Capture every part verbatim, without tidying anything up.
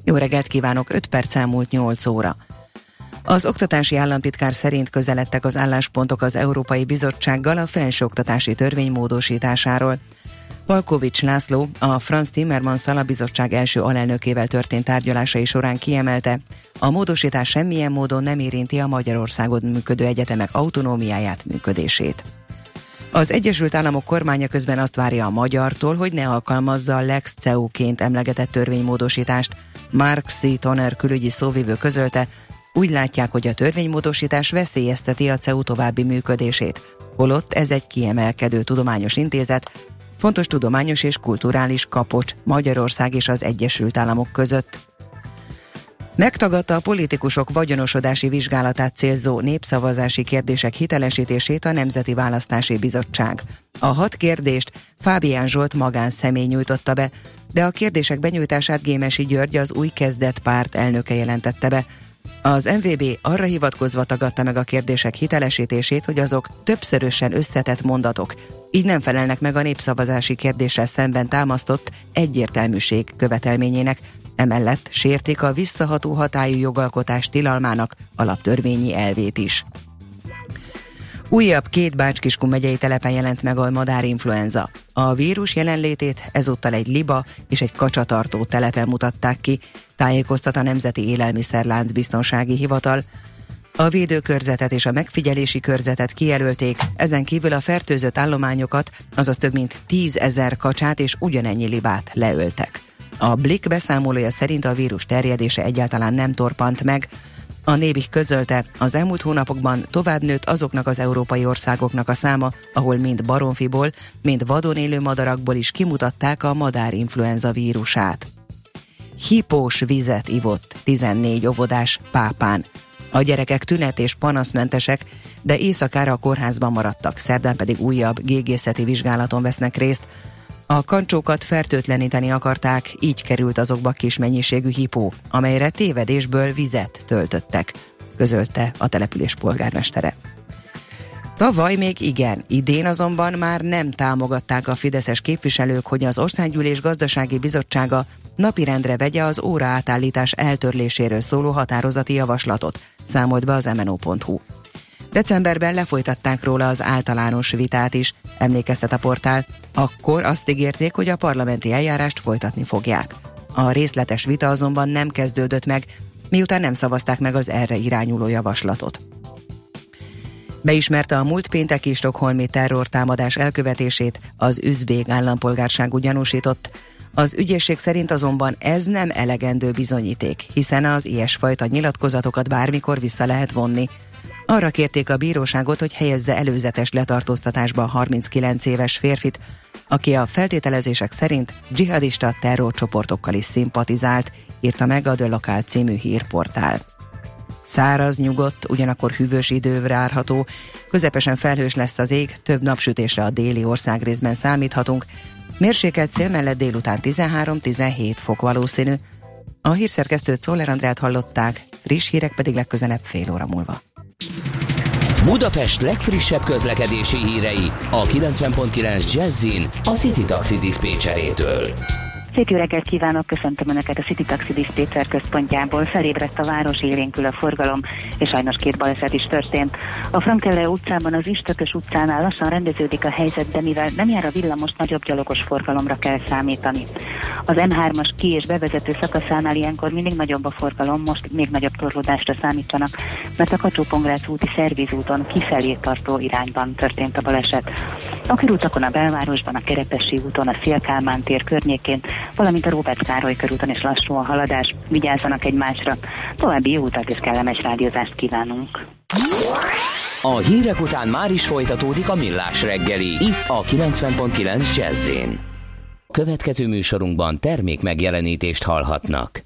Jó reggelt kívánok, öt perc elmúlt nyolc óra. Az oktatási államtitkár szerint közeledtek az álláspontok az Európai Bizottsággal a felsőoktatási törvény módosításáról. Palkovics László, a Franz Timmermans alapbizottság első alelnökével történt tárgyalásai során kiemelte, a módosítás semmilyen módon nem érinti a Magyarországon működő egyetemek autonómiáját, működését. Az Egyesült Államok kormánya közben azt várja a magyartól, hogy ne alkalmazza a Lex cé e u-ként emlegetett törvénymódosítást. Mark C. Toner külügyi szóvivő közölte, úgy látják, hogy a törvénymódosítás veszélyezteti a cé e u további működését, holott ez egy kiemelkedő tudományos intézet, fontos tudományos és kulturális kapocs Magyarország és az Egyesült Államok között. Megtagadta a politikusok vagyonosodási vizsgálatát célzó népszavazási kérdések hitelesítését a Nemzeti Választási Bizottság. A hat kérdést Fábián Zsolt magánszemély nyújtotta be, de a kérdések benyújtását Gémesi György, az Új Kezdet párt elnöke jelentette be. Az em vé bé arra hivatkozva tagadta meg a kérdések hitelesítését, hogy azok többszörösen összetett mondatok, így nem felelnek meg a népszavazási kérdéssel szemben támasztott egyértelműség követelményének, emellett sértik a visszaható hatályú jogalkotás tilalmának alaptörvényi elvét is. Újabb két Bács-Kiskun megyei telepen jelent meg a madárinfluenza. A vírus jelenlétét ezúttal egy liba és egy kacsatartó telepen mutatták ki, tájékoztat a Nemzeti Élelmiszerlánc Biztonsági Hivatal. A védőkörzetet és a megfigyelési körzetet kijelölték, ezen kívül a fertőzött állományokat, azaz több mint tízezer kacsát és ugyanennyi libát leöltek. A Blick beszámolója szerint a vírus terjedése egyáltalán nem torpant meg. A Nébih közölte, az elmúlt hónapokban tovább nőtt azoknak az európai országoknak a száma, ahol mind baromfiból, mind vadon élő madarakból is kimutatták a madárinfluenza vírusát. Hipós vizet ivott tizennégy óvodás Pápán. A gyerekek tünet- és panaszmentesek, de éjszakára a kórházban maradtak, szerdán pedig újabb gégészeti vizsgálaton vesznek részt. A kancsókat fertőtleníteni akarták, így került azokba kis mennyiségű hipó, amelyre tévedésből vizet töltöttek, közölte a település polgármestere. Tavaly még igen, idén azonban már nem támogatták a fideszes képviselők, hogy az Országgyűlés Gazdasági Bizottsága napirendre vegye az óraátállítás eltörléséről szóló határozati javaslatot, számolt be az em en o pont hu. Decemberben lefolytatták róla az általános vitát is, emlékeztet a portál, akkor azt ígérték, hogy a parlamenti eljárást folytatni fogják. A részletes vita azonban nem kezdődött meg, miután nem szavazták meg az erre irányuló javaslatot. Beismerte a múlt pénteki stockholmi terrortámadás elkövetését az üzbég állampolgárságú gyanúsított. Az ügyészség szerint azonban ez nem elegendő bizonyíték, hiszen az ilyesfajta nyilatkozatokat bármikor vissza lehet vonni. Arra kérték a bíróságot, hogy helyezze előzetes letartóztatásba a harminckilenc éves férfit, aki a feltételezések szerint dzsihadista terrorcsoportokkal is szimpatizált, írta meg a The Local című hírportál. Száraz, nyugodt, ugyanakkor hűvös idő várható, közepesen felhős lesz az ég, több napsütésre a déli országrészben számíthatunk, mérsékelt szél mellett délután tizenhárom-tizenhét fok valószínű. A hírszerkesztőt, Szoller Andrát hallották, friss hírek pedig legközelebb fél óra múlva. Budapest legfrissebb közlekedési hírei a kilencven pont kilenc Jazzin a City Taxi diszpécserétől. Szép jó reggelt kívánok, köszöntöm Önöket a City Taxi diszpécser központjából. Felébredt a város, élénkül a forgalom, és sajnos két baleset is történt. A Frank-Elő utcában, az Üstökös utcánál lassan rendeződik a helyzet, de mivel nem jár a villamos, nagyobb gyalogos forgalomra kell számítani. Az em hármas ki- és bevezető szakaszánál ilyenkor mindig nagyobb a forgalom, most még nagyobb torlódásra számítsanak, mert a Kacsó-Pongrác úti szervízúton kifelé tartó irányban történt a baleset. A körútakon, a belvárosban, a Kerepesi úton, a Széll-Kálmán tér környékén, valamint a Róbert Károly körúton is lassú a haladás. Vigyázzanak egymásra. További jó utat és kellemes rádiózást kívánunk. A hírek után már is folytatódik a Millás reggeli, itt a kilencven pont kilenc Jazz-én. Következő műsorunkban termék megjelenítést hallhatnak.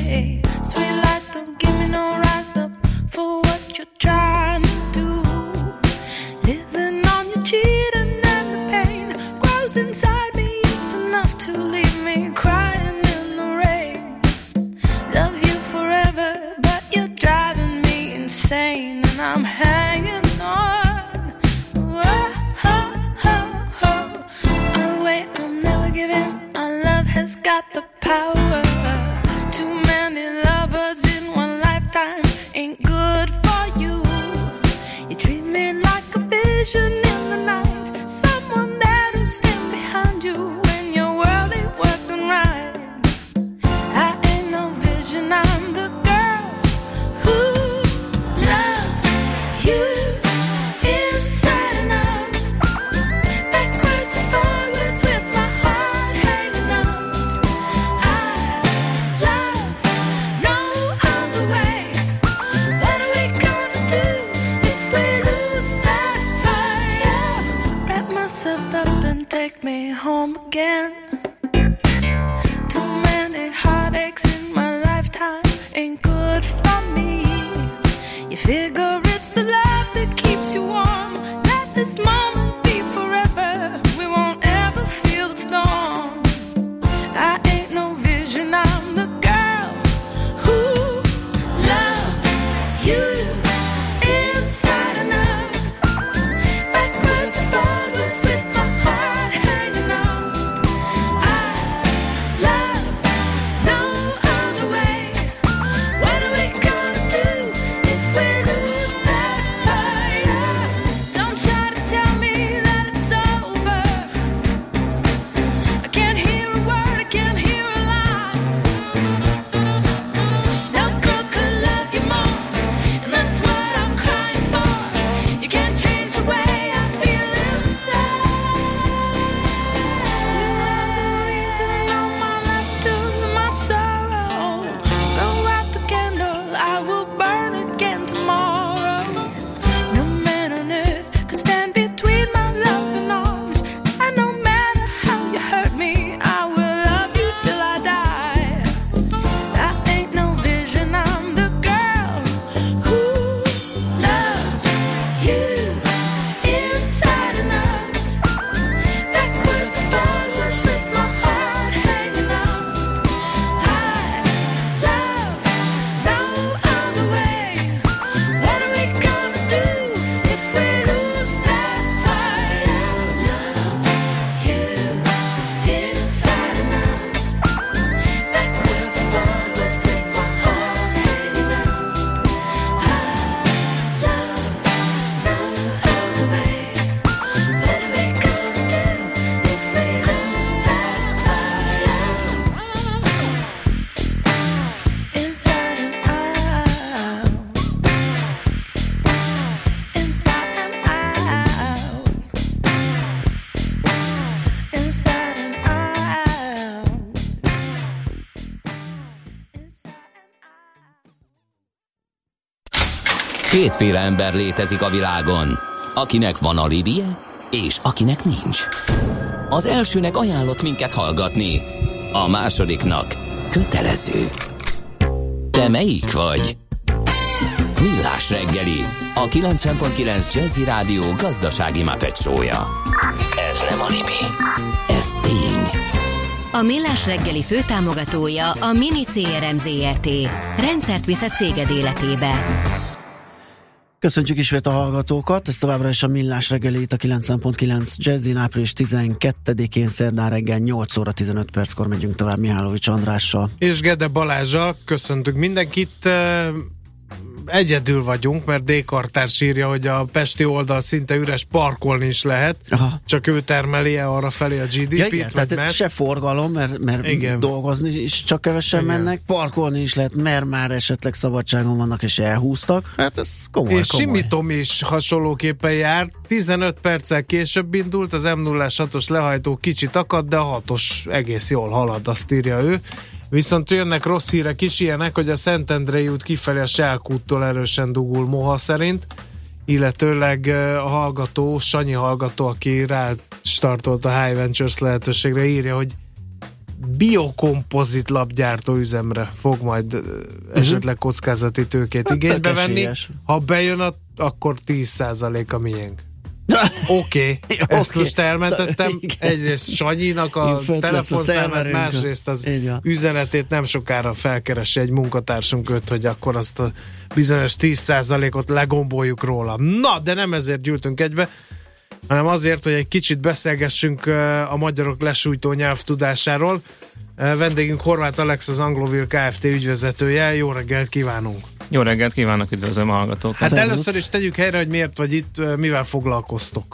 Sweet lies don't give me no rise up for what you're trying to do. got the power. Too many lovers in one lifetime ain't good for you. You treat me like a vision in the night, someone there to stand behind you when your world ain't working right. I ain't no vision, I'm the girl who loves you inside and out, backwards and forwards with my heart hanging out. I love no other way. What are we gonna do if we lose that fire? Wrap myself up and take me home again. Too many heartaches in my lifetime ain't good for me. You figure it's the love that keeps you warm. Let this moment be forever. We won't ever feel the storm. I ain't no vision, I'm the girl who loves you inside and out, backwards and forwards with my heart hanging out. I love no other way. What are we gonna do if we lose that fire? Don't try to tell me that it's over. I can't hear a word, I can't hear a lie. No girl could love you more, and that's what I'm crying for. You can't change the way I feel inside. You're the reason all my life to my sorrow. Blow out the candle, I will burn again tomorrow. No man on earth could stand between my loving arms. And no matter how you hurt me, I will love you till I die. I ain't no vision, I'm the girl who loves you inside and out, backwards and forwards with my heart hanging out. I love no other way. What are we gonna do if we lose that fire? Loves you inside and out, backwards and forwards with my heart hanging out. I love no other way. What are we gonna do if we lose that fire? Inside and out, inside and out, inside and out, inside and out. Kétféle ember létezik a világon, akinek van alibije, és akinek nincs. Az elsőnek ajánlott minket hallgatni, a másodiknak kötelező. Te melyik vagy? Millás reggeli, a kilencven pont kilenc Jazzy Rádió gazdasági Muppet show-ja. Ez nem alibi, ez tény. A Millás reggeli főtámogatója a Mini cé er em zé er té. Rendszert visz a céged életébe. Köszöntjük ismét a hallgatókat, ez továbbra is a Millás reggeli itt a kilencven pont kilenc Jazzin, április tizenkettedikén szerdán reggel nyolc óra tizenöt perckor megyünk tovább Mihálovics Andrással. És Gede Balázsal köszöntünk mindenkit. Egyedül vagyunk, mert D-kartárs írja, hogy a pesti oldal szinte üres, parkolni is lehet. Aha. Csak ő termeli-e arra felé a gé dé pét? Ja, igen, tehát mert... se forgalom, mert, mert dolgozni is csak kevesen igen. mennek, parkolni is lehet, mert már esetleg szabadságon vannak és elhúztak. Hát ez komoly, és komoly. Simi Tomi is hasonlóképpen jár. tizenöt perccel később indult, az em nulla hatos lehajtó kicsit akad, de a hatos egész jól halad, azt írja ő. Viszont jönnek rossz hírek is, ilyenek, hogy a Szentendrei út kifelé a Selkúttól erősen dugul Moha szerint, illetőleg a hallgató, Sanyi hallgató, aki rá startolt a High Ventures lehetőségre, írja, hogy biokompozit lapgyártó üzemre fog majd uh-huh. esetleg kockázati tőkét hát igénybe venni. Ha bejön, a, akkor tíz százalék a miénk. Oké, okay. Ezt okay. most elmentettem. Szóval, egyrészt Sanyinak a telefonszámát, másrészt az üzenetét nem sokára felkeresi egy munkatársunk öt, hogy akkor azt a bizonyos tíz százalékot legomboljuk róla. Na, de nem ezért gyűltünk egybe. hanem azért, hogy egy kicsit beszélgessünk a magyarok lesújtó nyelvtudásáról. Vendégünk Horváth Alex, az Anglovil Kft. Ügyvezetője. Jó reggelt kívánunk! Jó reggelt kívánok, üdvözlöm a hallgatókat! Hát Szervusz. Először is tegyük helyre, hogy miért vagy itt, mivel foglalkoztok?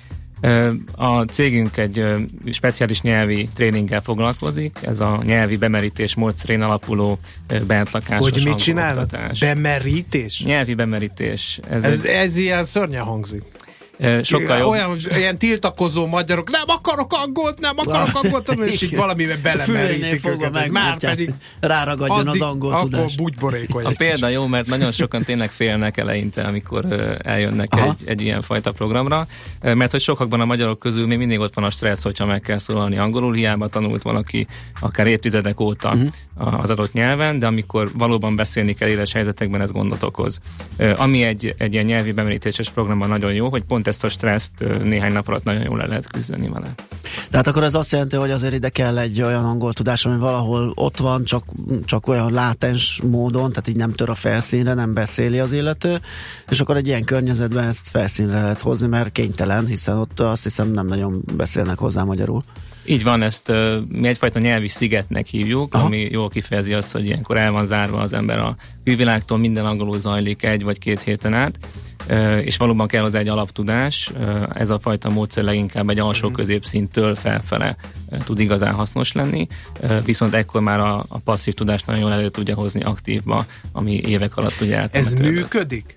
A cégünk egy speciális nyelvi tréninggel foglalkozik, ez a nyelvi bemerítés módszerén alapuló bentlakásos Hogy mit csinálnak? Bemerítés? Nyelvi bemerítés. Ez, ez, egy... ez ilyen szörnyen hangzik. Sokkal jobb. Olyan, ilyen tiltakozó magyarok, nem akarok angolt, nem akarok angolt, és így valamiben belemerítik őket, már pedig ráragadjon az angol tudás. Akkor bugyborékony. A példa jó, mert nagyon sokan tényleg félnek eleinte, amikor eljönnek egy, egy ilyen fajta programra, mert hogy sokakban a magyarok közül még mindig ott van a stressz, hogyha meg kell szólalni angolul, hiába tanult valaki akár évtizedek óta uh-huh. az adott nyelven, de amikor valóban beszélni kell éles helyzetekben, ez gondot okoz. Ami egy, egy ilyen nyelvi bemerítéses programban nagyon jó, hogy pont ezt a stresszt néhány nap alatt nagyon jól le lehet küzdeni vele. Tehát akkor ez azt jelenti, hogy azért ide kell egy olyan angol tudás, ami valahol ott van, csak, csak olyan látens módon, tehát így nem tör a felszínre, nem beszéli az illető, és akkor egy ilyen környezetben ezt felszínre lehet hozni, mert kénytelen, hiszen ott azt hiszem nem nagyon beszélnek hozzá magyarul. Így van, ezt uh, mi egyfajta nyelvi szigetnek hívjuk, Aha. ami jól kifejezi azt, hogy ilyenkor el van zárva az ember a külvilágtól, minden angolul zajlik egy vagy két héten át, uh, és valóban kell hozzá egy alaptudás. Uh, ez a fajta módszer leginkább egy alsó középszinttől felfele uh, tud igazán hasznos lenni, uh, viszont ekkor már a, a passzív tudást nagyon jól elő tudja hozni aktívba, ami évek alatt ugye eltemetőben. Ez működik?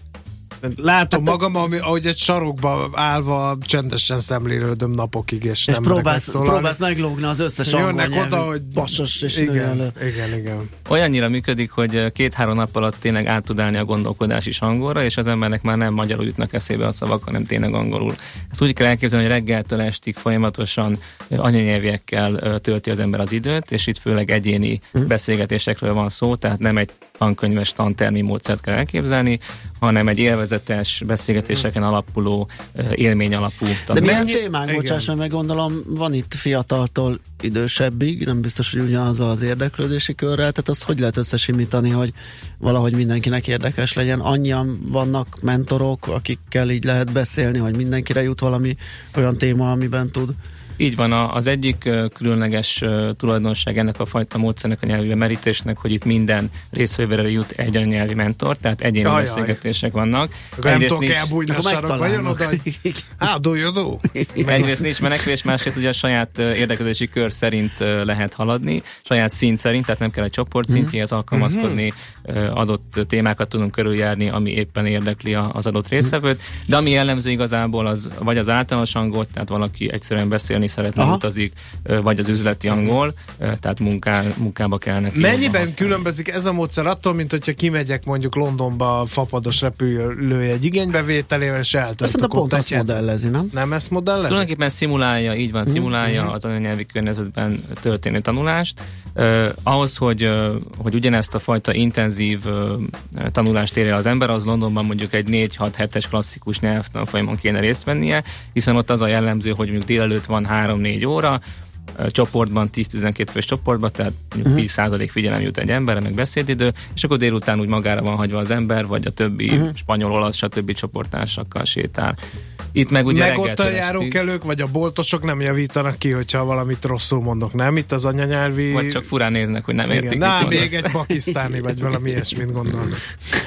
Látom hát, magam, ami, ahogy egy sarokba állva csendesen szemlélődöm napokig, és, és nem próbálsz, próbálsz meglógni az összes angol nyelvű oda, hogy passos és igen, igen, igen. Olyannyira működik, hogy két-három nap alatt tényleg át tud állni a gondolkodás is angolra, és az embernek már nem magyarul jutnak eszébe a szavak, hanem tényleg angolul. Ezt úgy kell elképzelni, hogy reggeltől estig folyamatosan anyanyelviekkel tölti az ember az időt, és itt főleg egyéni hmm. beszélgetésekről van szó, tehát nem egy tankönyves tantermi módszert kell elképzelni, hanem egy élvezetes beszélgetéseken alapuló, élmény alapú tanulás. De milyen témánk, bocsáss meg, gondolom, van itt fiataltól idősebbig, nem biztos, hogy ugyanaz az érdeklődési körrel, tehát azt hogy lehet összesimítani, hogy valahogy mindenkinek érdekes legyen. Annyian vannak mentorok, akikkel így lehet beszélni, hogy mindenkire jut valami olyan téma, amiben tud. Így van, az egyik különleges tulajdonság ennek a fajta módszernek, a nyelvi bemerítésnek, hogy itt minden részvevőre jut egy anyanyelvi mentor, tehát egyéni Ajaj. beszélgetések vannak. Nem tudok elbújni a sarokba, jön oda, hogy ádó, jodó. Egyrészt nincs menekvés, másrészt ugye a saját érdeklődési kör szerint lehet haladni, saját szint szerint, tehát nem kell egy csoport szintjéhez alkalmazkodni, adott témákat tudunk körüljárni, ami éppen érdekli az adott részvevőt, de ami jellemző igazából az vagy az általános angol, tehát valaki egyszerűen beszélni szeretne, Aha. utazik, vagy az üzleti angol, tehát munká, munkába kell neki. Mennyiben különbözik ez a módszer attól, mint hogyha kimegyek mondjuk Londonba fapados repülőjegy igénybevételével, és eltöltök ott pont ezt modellezi, nem? Nem ezt modellezi? Tulajdonképpen szimulálja, így van, szimulálja mm-hmm. az anyanyelvi környezetben történő tanulást. Uh, ahhoz, hogy, uh, hogy ugyanezt a fajta intenzív uh, tanulást érje az ember, az Londonban mondjuk egy négy-hat hetes klasszikus nyelvtanfolyamon kéne részt vennie, hiszen ott az a jellemző, hogy mondjuk délelőtt van három-négy óra, csoportban, tíz-tizenkét fős csoportban, tehát uh-huh. tíz százalék figyelem jut egy emberre, meg beszédidő, és akkor délután úgy magára van hagyva az ember, vagy a többi uh-huh. spanyol, olasz, stb. Csoporttársakkal sétál. Itt meg ugye meg ott a járókelők, vagy a boltosok nem javítanak ki, hogyha valamit rosszul mondok, nem? Itt az anyanyelvi... Vagy csak furán néznek, hogy nem értik. Igen. Na, még egy pakisztáni, vagy valami ilyesmit gondolnak.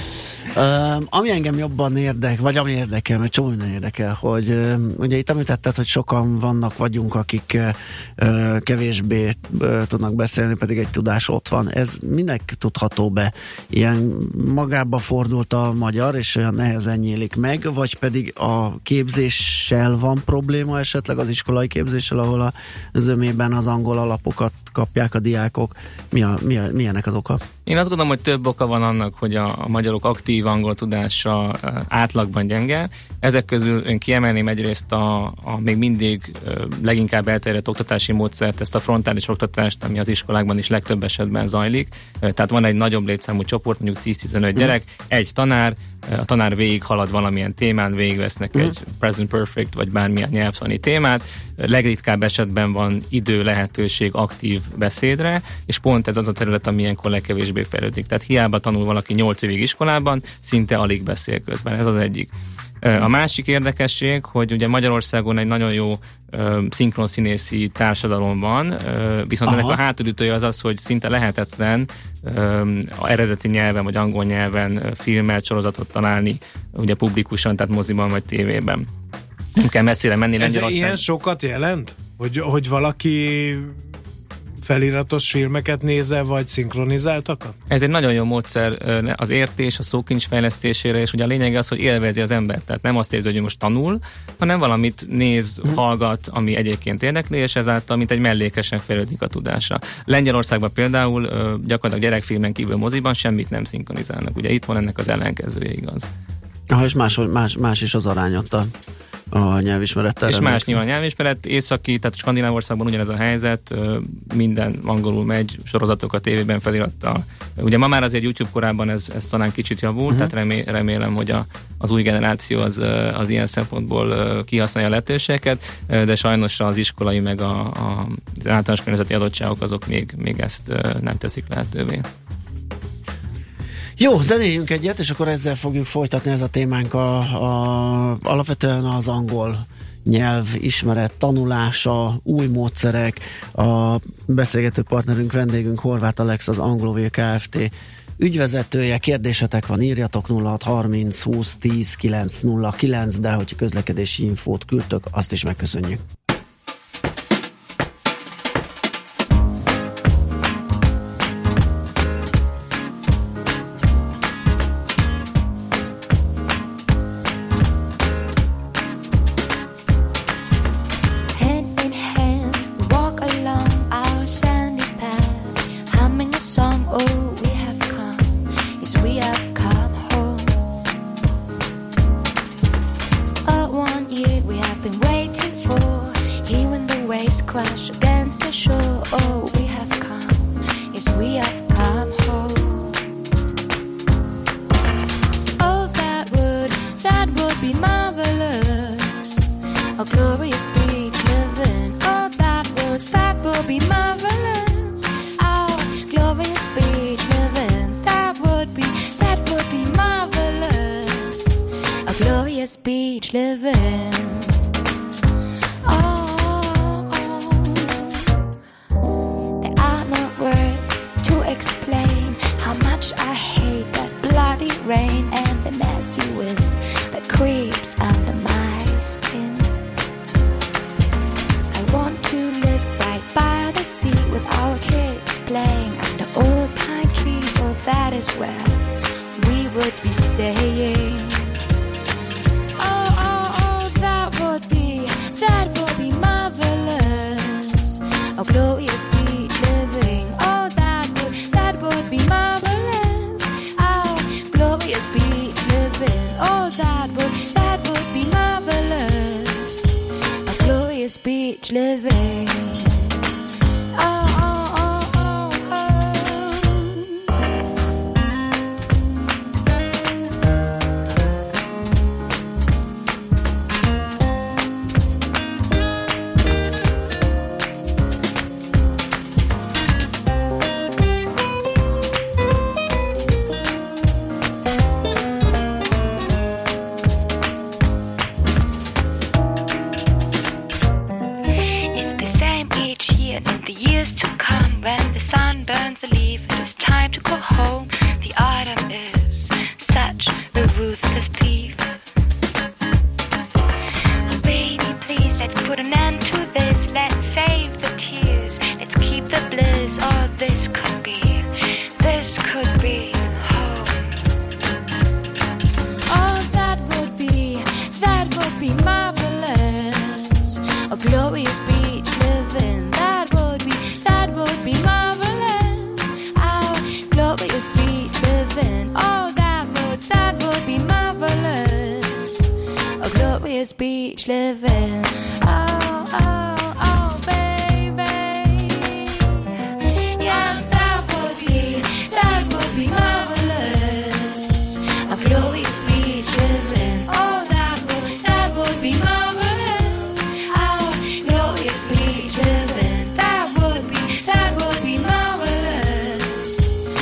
Uh, ami engem jobban érdekel, vagy ami érdekel, mert csomó minden érdekel, hogy uh, ugye itt említetted, hogy sokan vannak, vagyunk, akik uh, kevésbé uh, tudnak beszélni, pedig egy tudás ott van. Ez minek tudható be? Ilyen magába fordult a magyar, és olyan nehezen nyílik meg, vagy pedig a képzéssel van probléma esetleg, az iskolai képzéssel, ahol a zömében az angol alapokat kapják a diákok. Mi, a, mi, a, mi ennek az oka? Én azt gondolom, hogy több oka van annak, hogy a, a magyarok aktív angol tudása átlagban gyenge. Ezek közül ön kiemelném egyrészt a, a még mindig leginkább elterjedt oktatási módszert, ezt a frontális oktatást, ami az iskolákban is legtöbb esetben zajlik. Tehát van egy nagyobb létszámú csoport, mondjuk tíz-tizenöt gyerek, egy tanár, a tanár végig halad valamilyen témán, végigvesznek uh-huh. egy present perfect, vagy bármilyen nyelvtani témát. Legritkább esetben van idő, lehetőség aktív beszédre, és pont ez az a terület, ami ilyenkor legkevésbé fejlődik. Tehát hiába tanul valaki nyolc évig iskolában, szinte alig beszél közben. Ez az egyik. A másik érdekesség, hogy ugye Magyarországon egy nagyon jó uh, szinkronszínészi társadalom van, uh, viszont Aha. ennek a hátulütője az az, hogy szinte lehetetlen um, a eredeti nyelven vagy angol nyelven uh, filmet, sorozatot találni ugye publikusan, tehát moziban vagy tévében. Nem kell messzire menni. Ez ilyen sokat jelent? Hogy, hogy valaki feliratos filmeket nézel, vagy szinkronizáltakat? Ez egy nagyon jó módszer az értés, a szókincs fejlesztésére, és ugye a lényeg az, hogy élvezi az ember. Tehát nem azt érzi, hogy most tanul, hanem valamit néz, hallgat, ami egyébként érdekli, és ezáltal mint egy mellékesen fejlődik a tudása. Lengyelországban például gyakorlatilag gyerekfilmen kívül moziban semmit nem szinkronizálnak. Ugye itthon ennek az ellenkezője igaz. Ah, és más, más, más is az arányt a, a nyelvismerettel. És más nyilván a nyelvismeret, északi, tehát Skandináv országban ugyanez a helyzet, minden angolul megy, sorozatok a tévében felirattal. Ugye ma már azért YouTube korában ez, ez talán kicsit javult, uh-huh. tehát remé, remélem, hogy a, az új generáció az, az ilyen szempontból kihasználja a lehetőségeket, de sajnos az iskolai meg a, a, az általános környezeti adottságok azok még, még ezt nem teszik lehetővé. Jó, zenéljünk egyet, és akkor ezzel fogjuk folytatni, ez a témánk a, a, alapvetően az angol nyelv ismeret, tanulása, új módszerek. A beszélgető partnerünk, vendégünk Horváth Alex, az Anglovil Kft. Ügyvezetője. Kérdésetek van, írjatok nulla hat harminc húsz tíz kilenc nulla kilenc, de hogy közlekedési infót küldtök, azt is megköszönjük.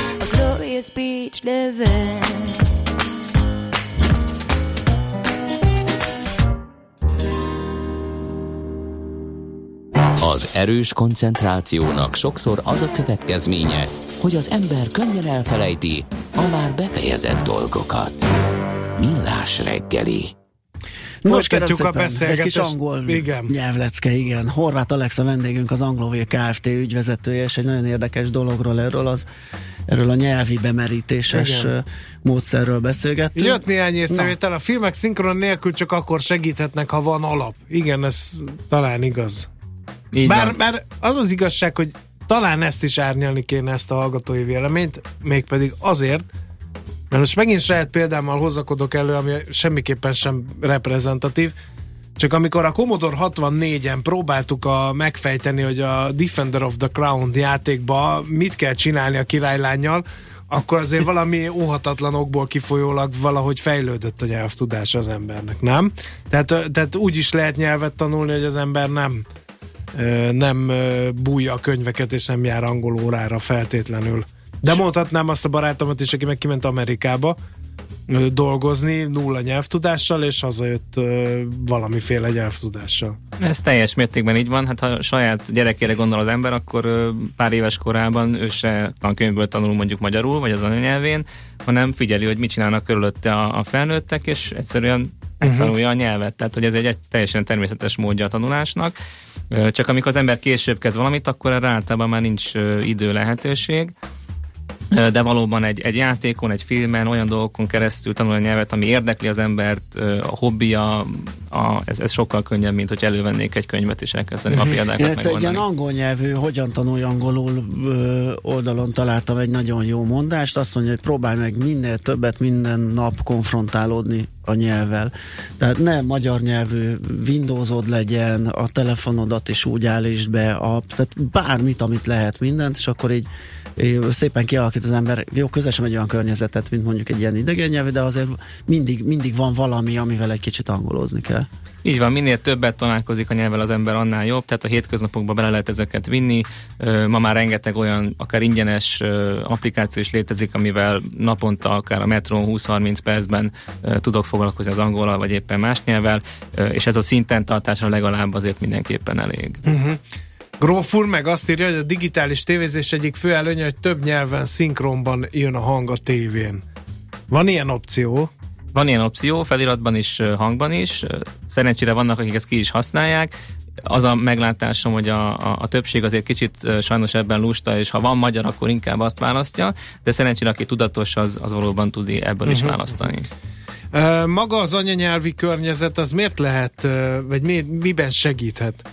Beach living. Az erős koncentrációnak sokszor az a következménye, hogy az ember könnyen elfelejti a már befejezett dolgokat. Millás reggeli. Most kérem Folytatjuk a szépen, egy beszélgetést. kis angol Igen. nyelvlecke, igen. Horváth Alexa vendégünk, az Anglovél Kft. Ügyvezetője, és egy nagyon érdekes dologról erről, az, erről a nyelvi bemerítéses Igen. módszerről beszélgettünk. Jött néhány észrevétel, a filmek szinkron nélkül csak akkor segíthetnek, ha van alap. Igen, ez talán igaz. Így Bár, van. bár az az igazság, hogy talán ezt is árnyalni kéne, ezt a hallgatói véleményt, mégpedig azért, mert most megint saját példámmal hozakodok elő, ami semmiképpen sem reprezentatív, csak amikor a Commodore hatvannégyen próbáltuk a, megfejteni, hogy a Defender of the Crown játékba mit kell csinálni a királylánnyal, akkor azért valami óhatatlan okból kifolyólag valahogy fejlődött a nyelvtudás az embernek, nem? Tehát, tehát úgy is lehet nyelvet tanulni, hogy az ember nem nem bújja a könyveket, és nem jár angol órára feltétlenül. De mondhatnám azt a barátomat is, aki meg kiment Amerikába dolgozni nulla nyelvtudással, és hazajött valamiféle nyelvtudással. Ez teljes mértékben így van. Hát ha saját gyerekére gondol az ember, akkor pár éves korában ő se tankönyvből tanul mondjuk magyarul, vagy az anyanyelvén, hanem figyeli, hogy mit csinálnak körülötte a, a felnőttek, és egyszerűen megtanulja a nyelvet. Tehát, hogy ez egy, egy teljesen természetes módja a tanulásnak. Csak amikor az ember később kezd valamit, akkor erre általában már nincs idő, lehetőség. De valóban egy, egy játékon, egy filmen, olyan dolgokon keresztül tanul a nyelvet, ami érdekli az embert, a hobbija, a, ez, ez sokkal könnyebb, mint hogy elővennék egy könyvet és elkezdeni a példákat Én egyszer egy megoldani. ilyen angol nyelvű, hogyan tanulj angolul ö, oldalon találtam egy nagyon jó mondást, azt mondja, hogy próbálj meg minél többet minden nap konfrontálódni a nyelvvel. Tehát ne magyar nyelvű Windowsod legyen, a telefonodat is úgy állítsd be, a, tehát bármit, amit lehet, mindent, és akkor így szépen kialakít az ember, jó, közel sem egy olyan környezetet, mint mondjuk egy ilyen idegen nyelvű, de azért mindig, mindig van valami, amivel egy kicsit angolozni kell. Így van, minél többet találkozik a nyelvvel az ember, annál jobb, tehát a hétköznapokban bele lehet ezeket vinni. Ma már rengeteg olyan, akár ingyenes applikáció is létezik, amivel naponta akár a metrón húsz-harminc percben tudok foglalkozni az angollal, vagy éppen más nyelvvel, és ez a szinten tartásra legalább azért mindenképpen elég. Uh-huh. Gróf úr meg azt írja, hogy a digitális tévézés egyik fő előnye, hogy több nyelven szinkronban jön a hang a tévén. Van ilyen opció? Van ilyen opció, feliratban is, hangban is. Szerencsére vannak, akik ezt ki is használják. Az a meglátásom, hogy a, a, a többség azért kicsit sajnos ebben lusta, és ha van magyar, akkor inkább azt választja, de szerencsére, aki tudatos, az, az valóban tud ebből is uh-huh. választani. Uh, maga az anyanyelvi környezet, az miért lehet, uh, vagy mi, miben segíthet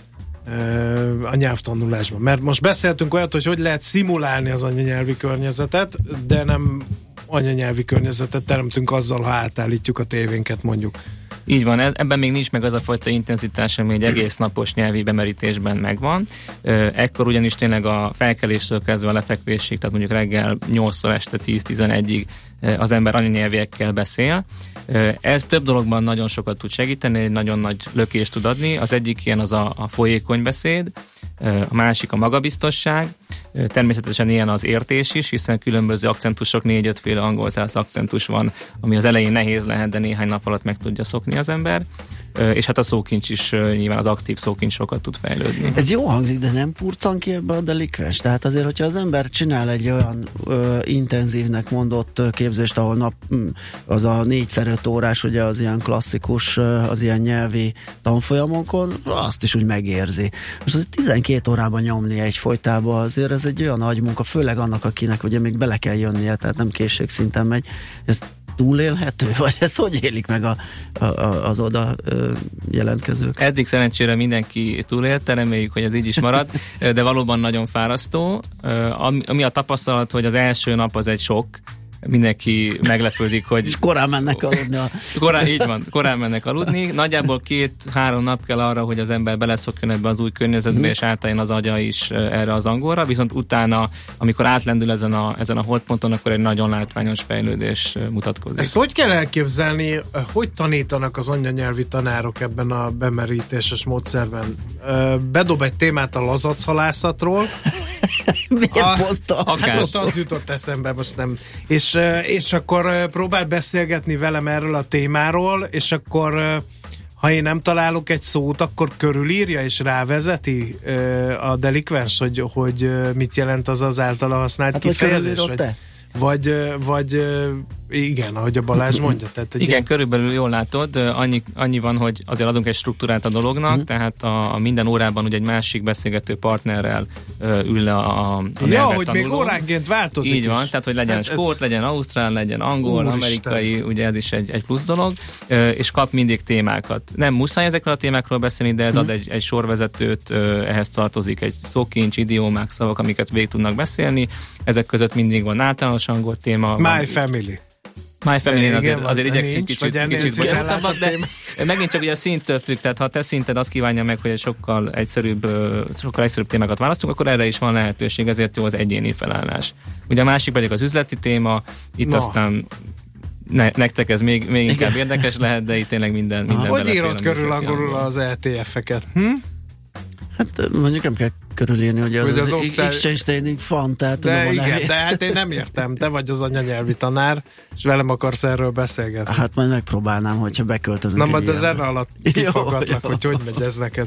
a nyelvtanulásban? Mert most beszéltünk olyat, hogy hogy lehet szimulálni az anyanyelvi környezetet, de nem anyanyelvi környezetet teremtünk azzal, ha átállítjuk a tévénket mondjuk. Így van, ebben még nincs meg az a fajta intenzitás, ami egy egész napos nyelvi bemerítésben megvan. Ekkor ugyanis tényleg a felkeléstől kezdve a lefekvésig, tehát mondjuk reggel nyolctól este tíz-tizenegyig az ember anyanyelviekkel beszél. Ez több dologban nagyon sokat tud segíteni, egy nagyon nagy lökést tud adni. Az egyik ilyen az a, a folyékony beszéd, a másik a magabiztosság, természetesen ilyen az értés is, hiszen különböző akcentusok, négy-öt féle angol száz akcentus van, ami az elején nehéz lehet, de néhány nap alatt meg tudja szokni az ember. És hát a szókincs is, nyilván az aktív szókincs sokat tud fejlődni. Ez jó hangzik, de nem purcan ki ebbe a delikvens? Tehát azért, hogyha az ember csinál egy olyan ö, intenzívnek mondott képzést, ahol nap az a négyszer öt órás, ugye az ilyen klasszikus, az ilyen nyelvi tanfolyamokon, azt is úgy megérzi. Most azért tizenkét órában nyomni egyfolytában, azért ez egy olyan nagy munka, főleg annak, akinek ugye még bele kell jönnie, tehát nem készségszinten megy. Ez túlélhető? Vagy ez hogy élik meg a, a, a, az oda ö, jelentkezők? Eddig szerencsére mindenki túlélte, reméljük, hogy ez így is marad, de valóban nagyon fárasztó. Ami a tapasztalat, hogy az első nap az egy sok, mindenki meglepődik, hogy... És korán mennek aludni. A... Korán, így van, korán mennek aludni. Nagyjából két-három nap kell arra, hogy az ember beleszokjon ebbe az új környezetbe, mm. és átálljon az agya is erre az angolra, viszont utána, amikor átlendül ezen a, ezen a holdponton, akkor egy nagyon látványos fejlődés mutatkozik. Ezt hogy kell elképzelni, hogy tanítanak az anyanyelvi tanárok ebben a bemerítéses módszerben? Bedob egy témát a lazachalászatról. Miért a, mondta? Hát most az jutott eszembe, most nem. És, és akkor próbál beszélgetni velem erről a témáról, és akkor ha én nem találok egy szót, akkor körülírja és rávezeti ö, a delikvens, hogy, hogy ö, mit jelent az az általa használt hát kifejezés? Vagy, vagy, vagy igen, ahogy a Balázs mondja. Tehát, igen, ilyen... körülbelül jól látod, annyi, annyi van, hogy azért adunk egy struktúrát a dolognak, mm. tehát a, a minden órában ugye egy másik beszélgető partnerrel uh, ül le a, a ja, hogy tanuló. Még óránként változik. Így van, is. tehát hogy legyen hát skót, ez... legyen ausztrál, legyen angol, Úristen. Amerikai, ugye ez is egy, egy plusz dolog, uh, és kap mindig témákat. Nem muszáj ezekről a témákról beszélni, de ez mm. ad egy, egy sorvezetőt, uh, ehhez tartozik egy szókincs, idiómák, szavak, amiket végig tudnak beszélni. Ezek között mindig van általános angol téma. My van, family. My Family azért, azért igyekszünk kicsit, kicsit bonyolultabbak, de megint csak ugye a szinttől függ, tehát ha a te szinted azt kívánja meg, hogy egy sokkal egyszerűbb, sokkal egyszerűbb témákat választunk, akkor erre is van lehetőség, ezért jó az egyéni felállás. Ugye a másik pedig az üzleti téma, itt no. aztán ne, nektek ez még, még inkább érdekes lehet, de itt tényleg minden, minden hogy írod körül angolul az é té ef-eket? Hm? Hát mondjuk nem kell körülírni, hogy az, az, az exchange trading fan, tehát de tudom, igen, nevét. de hát én nem értem, te vagy az anyanyelvi tanár, és velem akarsz erről beszélgetni. Hát majd megpróbálnám, hogyha beköltözünk. Na, majd az erre alatt kifakadlak, hogy hogy megy ez neked.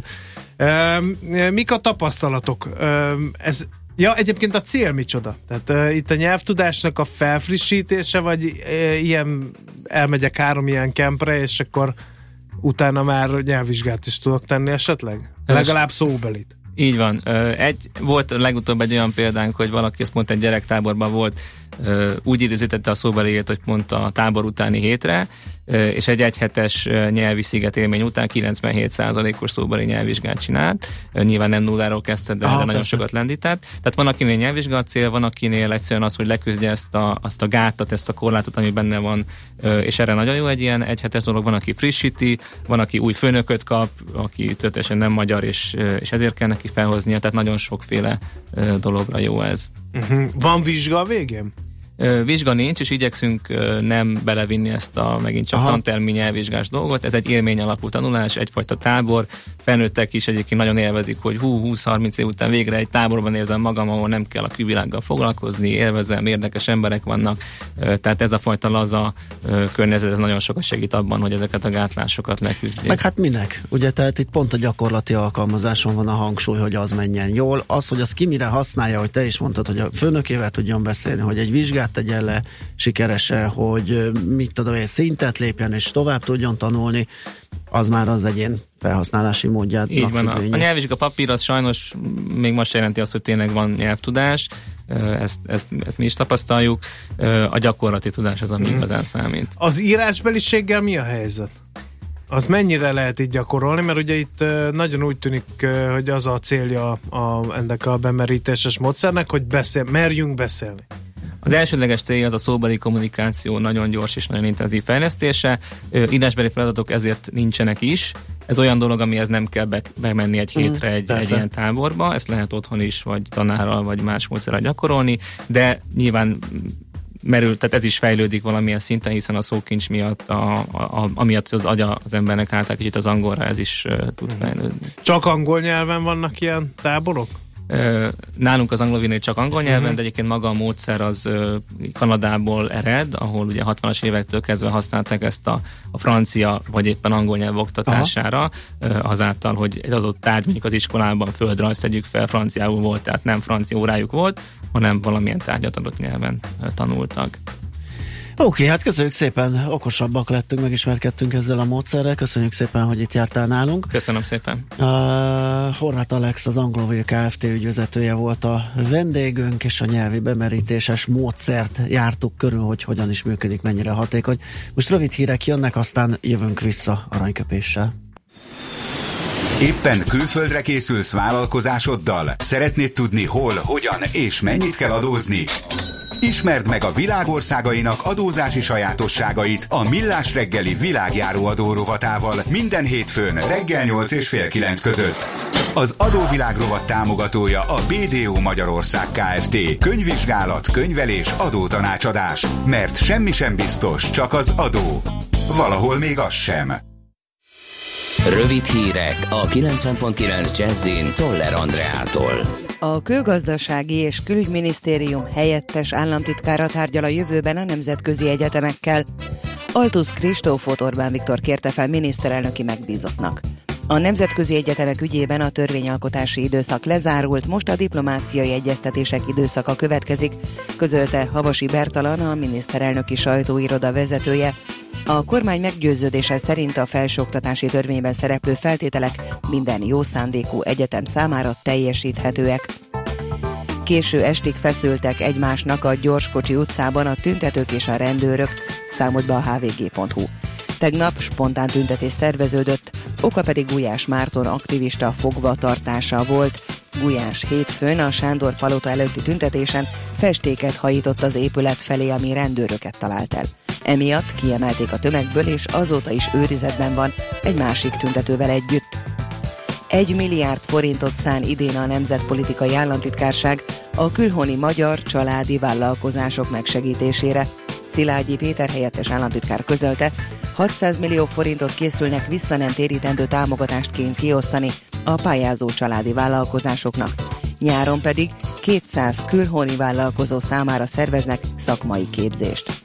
Uh, mik a tapasztalatok? Uh, ez Ja, egyébként a cél micsoda? Tehát uh, itt a nyelvtudásnak a felfrissítése, vagy uh, ilyen elmegyek három ilyen kempre, és akkor utána már nyelvvizsgát is tudok tenni esetleg? Legalább szóbelit. Így van. Egy, volt legutóbb egy olyan példánk, hogy valaki ezt mondta, egy gyerektáborban volt, úgy időzítette a szóbeliét, hogy mondta a tábor utáni hétre, és egy egyhetes nyelvi szigetélmény után kilencvenhét százalékos szóbeli nyelvvizsgát csinált. Nyilván nem nulláról kezdte, de ah, nagyon sokat lendített. Tehát van, akinél nyelvvizsga a cél, van, akinél egyszerűen az, hogy leküzdje ezt a, azt a gátat, ezt a korlátot, ami benne van, és erre nagyon jó egy ilyen egyhetes dolog. Van, aki frissíti, van, aki új főnököt kap, aki történetesen nem magyar, és, és ezért kell neki felhoznia, tehát nagyon sokféle dologra jó ez. Uh-huh. Van vizsga a végén? Vizsga nincs, és igyekszünk nem belevinni ezt a megint csak tantermi nyelvvizsgás dolgot. Ez egy élmény alapú tanulás, egyfajta tábor. Felnőttek is egyébként nagyon élvezik, hogy hú, húsz-harminc év után végre egy táborban érzem magam, ahol nem kell a külvilággal foglalkozni, élvezem, érdekes emberek vannak. Tehát ez a fajta laza környezet, ez nagyon sokat segít abban, hogy ezeket a gátlásokat leküzdjék. Meg hát minek? Ugye, tehát itt pont a gyakorlati alkalmazáson van a hangsúly, hogy az menjen jól. Az, hogy az ki mire használja, hogy te is mondtad, hogy a főnökével tudjon beszélni, hogy egy vizsgát tegyen le sikeresen, hogy mit tudom én, szintet lépjen és tovább tudjon tanulni, az már az egyén felhasználási módját. Így van. A, a nyelvvizsga papír az sajnos még most jelenti azt, hogy tényleg van nyelvtudás, ezt, ezt, ezt mi is tapasztaljuk, a gyakorlati tudás az, ami hmm. igazán számít. Az írásbeliséggel mi a helyzet? Az mennyire lehet így gyakorolni, mert ugye itt nagyon úgy tűnik, hogy az a célja a, ennek a bemerítéses módszernek, hogy beszél, merjünk beszélni. Az elsődleges célja az a szóbeli kommunikáció nagyon gyors és nagyon intenzív fejlesztése. Írásbeli feladatok ezért nincsenek is. Ez olyan dolog, amihez nem kell be, bemenni egy hétre egy, egy ilyen táborba. Ezt lehet otthon is, vagy tanárral, vagy más módszerrel gyakorolni, de nyilván merül, tehát ez is fejlődik valamilyen szinten, hiszen a szókincs miatt, a, a, a, amiatt az agya az embernek által kicsit az angolra, ez is uh, tud fejlődni. Csak angol nyelven vannak ilyen táborok? Nálunk az anglovinő csak angol nyelven, uh-huh. de egyébként maga a módszer az Kanadából ered, ahol ugye hatvanas évektől kezdve használták ezt a, a francia vagy éppen angol nyelv oktatására, uh-huh. azáltal, hogy egy adott tárgy mondjuk az iskolában földrajzt tegyük fel, franciául volt, tehát nem francia órájuk volt, hanem valamilyen tárgyat adott nyelven tanultak. Oké, okay, hát köszönjük szépen, okosabbak lettünk, megismerkedtünk ezzel a módszerrel, köszönjük szépen, hogy itt jártál nálunk. Köszönöm szépen. Uh, Horváth Alex, az Anglovil Kft. Ügyvezetője volt a vendégünk, és a nyelvi bemerítéses módszert jártuk körül, hogy hogyan is működik, mennyire hatékony. Most rövid hírek jönnek, aztán jövünk vissza aranyköpéssel. Éppen külföldre készülsz vállalkozásoddal? Szeretnéd tudni hol, hogyan és mennyit kell adózni? Ismerd meg a világ országainak adózási sajátosságait a Millás reggeli világjáró adó rovatával minden hétfőn reggel nyolc és fél kilenc között. Az adóvilág rovat támogatója a bé dé o Magyarország Kft. Könyvvizsgálat, könyvelés, adótanácsadás. Mert semmi sem biztos, csak az adó. Valahol még az sem. Rövid hírek a kilencven pont kilenc Jazzin Czoller Andreától. A Külgazdasági és Külügyminisztérium helyettes államtitkára tárgyal a jövőben a nemzetközi egyetemekkel. Altusz Kristófot Orbán Viktor kérte fel miniszterelnöki megbízottnak. A nemzetközi egyetemek ügyében a törvényalkotási időszak lezárult, most a diplomáciai egyeztetések időszaka következik, közölte Havasi Bertalan, a miniszterelnöki sajtóiroda vezetője. A kormány meggyőződése szerint a felsőoktatási törvényben szereplő feltételek minden jó szándékú egyetem számára teljesíthetőek. Késő estig feszültek egymásnak a Gyorskocsi utcában a tüntetők és a rendőrök, számolt be a há vé gé pont hú. Tegnap spontán tüntetés szerveződött, oka pedig Gulyás Márton aktivista fogvatartása volt. Gulyás hétfőn a Sándor palota előtti tüntetésen festéket hajított az épület felé, ami rendőröket talált el. Emiatt kiemelték a tömegből, és azóta is őrizetben van egy másik tüntetővel együtt. Egy milliárd forintot szán idén a Nemzetpolitikai Államtitkárság a külhoni magyar családi vállalkozások megsegítésére. Szilágyi Péter helyettes államtitkár közölte, hatszáz millió forintot készülnek vissza nem térítendő támogatástként kiosztani a pályázó családi vállalkozásoknak. Nyáron pedig kétszáz külhoni vállalkozó számára szerveznek szakmai képzést.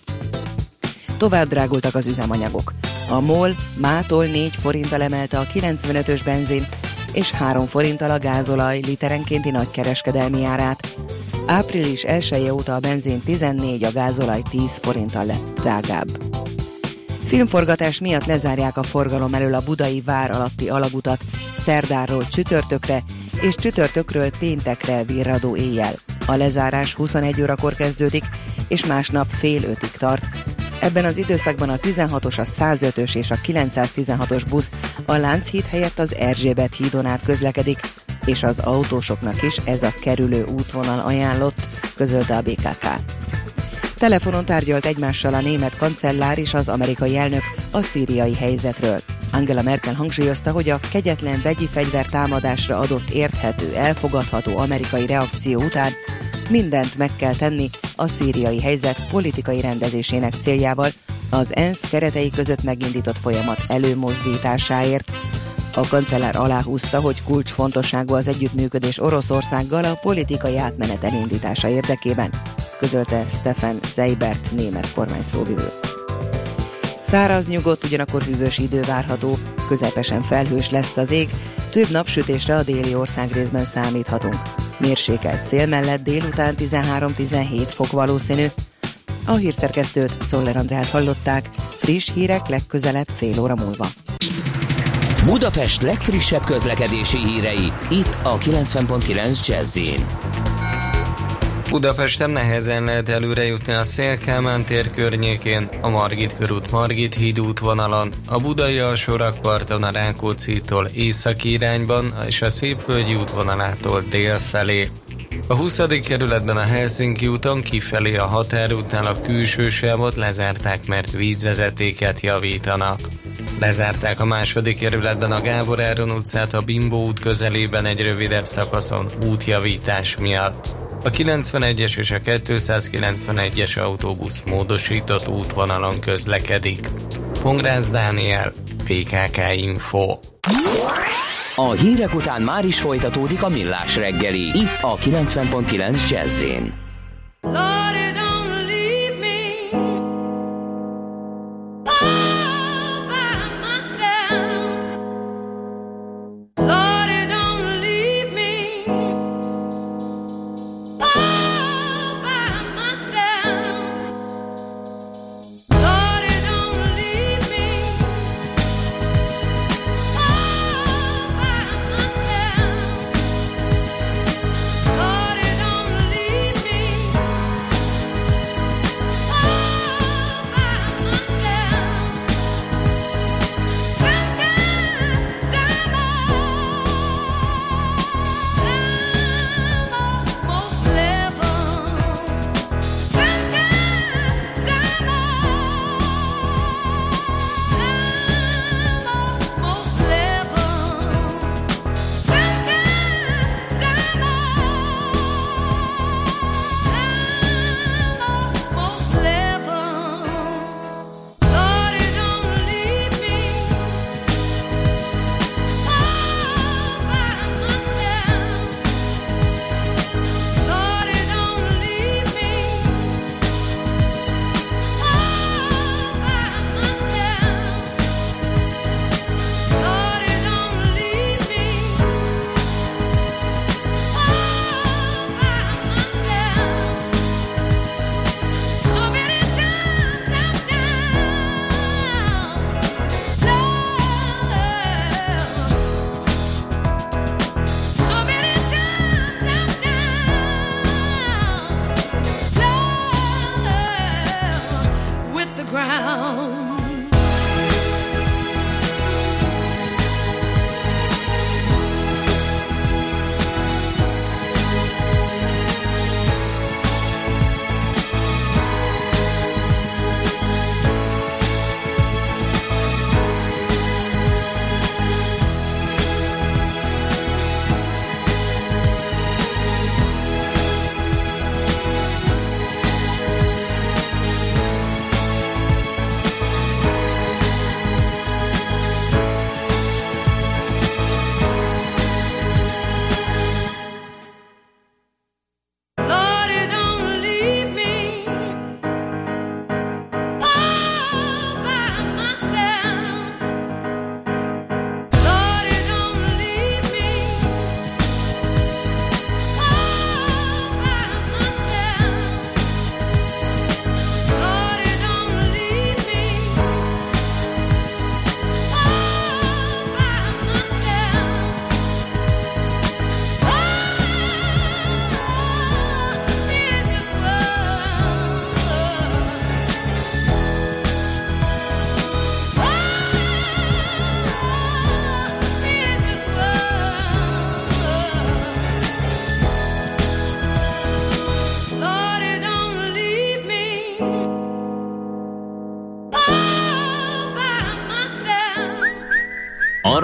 Tovább drágultak az üzemanyagok. A MOL mától négy forinttal emelte a kilencvenötös benzin és három forinttal a gázolaj literenkénti nagykereskedelmi árát. Április elseje óta a benzin tizennégy, a gázolaj tíz forinttal lett drágább. Filmforgatás miatt lezárják a forgalom elől a Budai vár alatti alagutat szerdáról csütörtökre és csütörtökről péntekre virradó éjjel. A lezárás huszonegy órakor kezdődik, és másnap fél ötig tart. Ebben az időszakban a tizenhatos, a százötös és a kilencszáztizenhatos busz a Lánchíd helyett az Erzsébet hídon át közlekedik, és az autósoknak is ez a kerülő útvonal ajánlott, közölte a bé ká ká. Telefonon tárgyalt egymással a német kancellár és az amerikai elnök a szíriai helyzetről. Angela Merkel hangsúlyozta, hogy a kegyetlen vegyi fegyvertámadásra adott érthető, elfogadható amerikai reakció után mindent meg kell tenni a szíriai helyzet politikai rendezésének céljával, az ENSZ keretei között megindított folyamat előmozdításáért. A kancellár aláhúzta, hogy kulcsfontosságú az együttműködés Oroszországgal a politikai átmenet elindítása érdekében, közölte Stefan Seibert német kormányszóvivő. Száraz, nyugodt, ugyanakkor hűvös idő várható, közepesen felhős lesz az ég, több napsütésre a déli országrészben számíthatunk. Mérsékelt szél mellett délután tizenhárom-tizenhét fok valószínű. A hírszerkesztőt, Czoller Andrát hallották, friss hírek legközelebb fél óra múlva. Budapest legfrissebb közlekedési hírei, itt a kilencven pont kilenc Jazz-in. Budapesten nehezen lehet előrejutni a Széll-Kálmán tér környékén, a Margit körút Margit híd útvonalon, a Budai alsórakparton a Rákóczitól északi irányban és a Szépvölgyi útvonalától dél felé. A huszadik kerületben a Helsinki úton kifelé a határútnál a külső sávot lezárták, mert vízvezetéket javítanak. Lezárták a második kerületben a Gábor Áron utcát a Bimbó út közelében egy rövidebb szakaszon útjavítás miatt. A kilencvenegyes és a kétszázkilencvenegyes autóbusz módosított útvonalon közlekedik. Pongrász Dániel, pé ká ká Info. A hírek után már is folytatódik a Millás reggeli, itt a kilencven pont kilenc Jazz-in. Me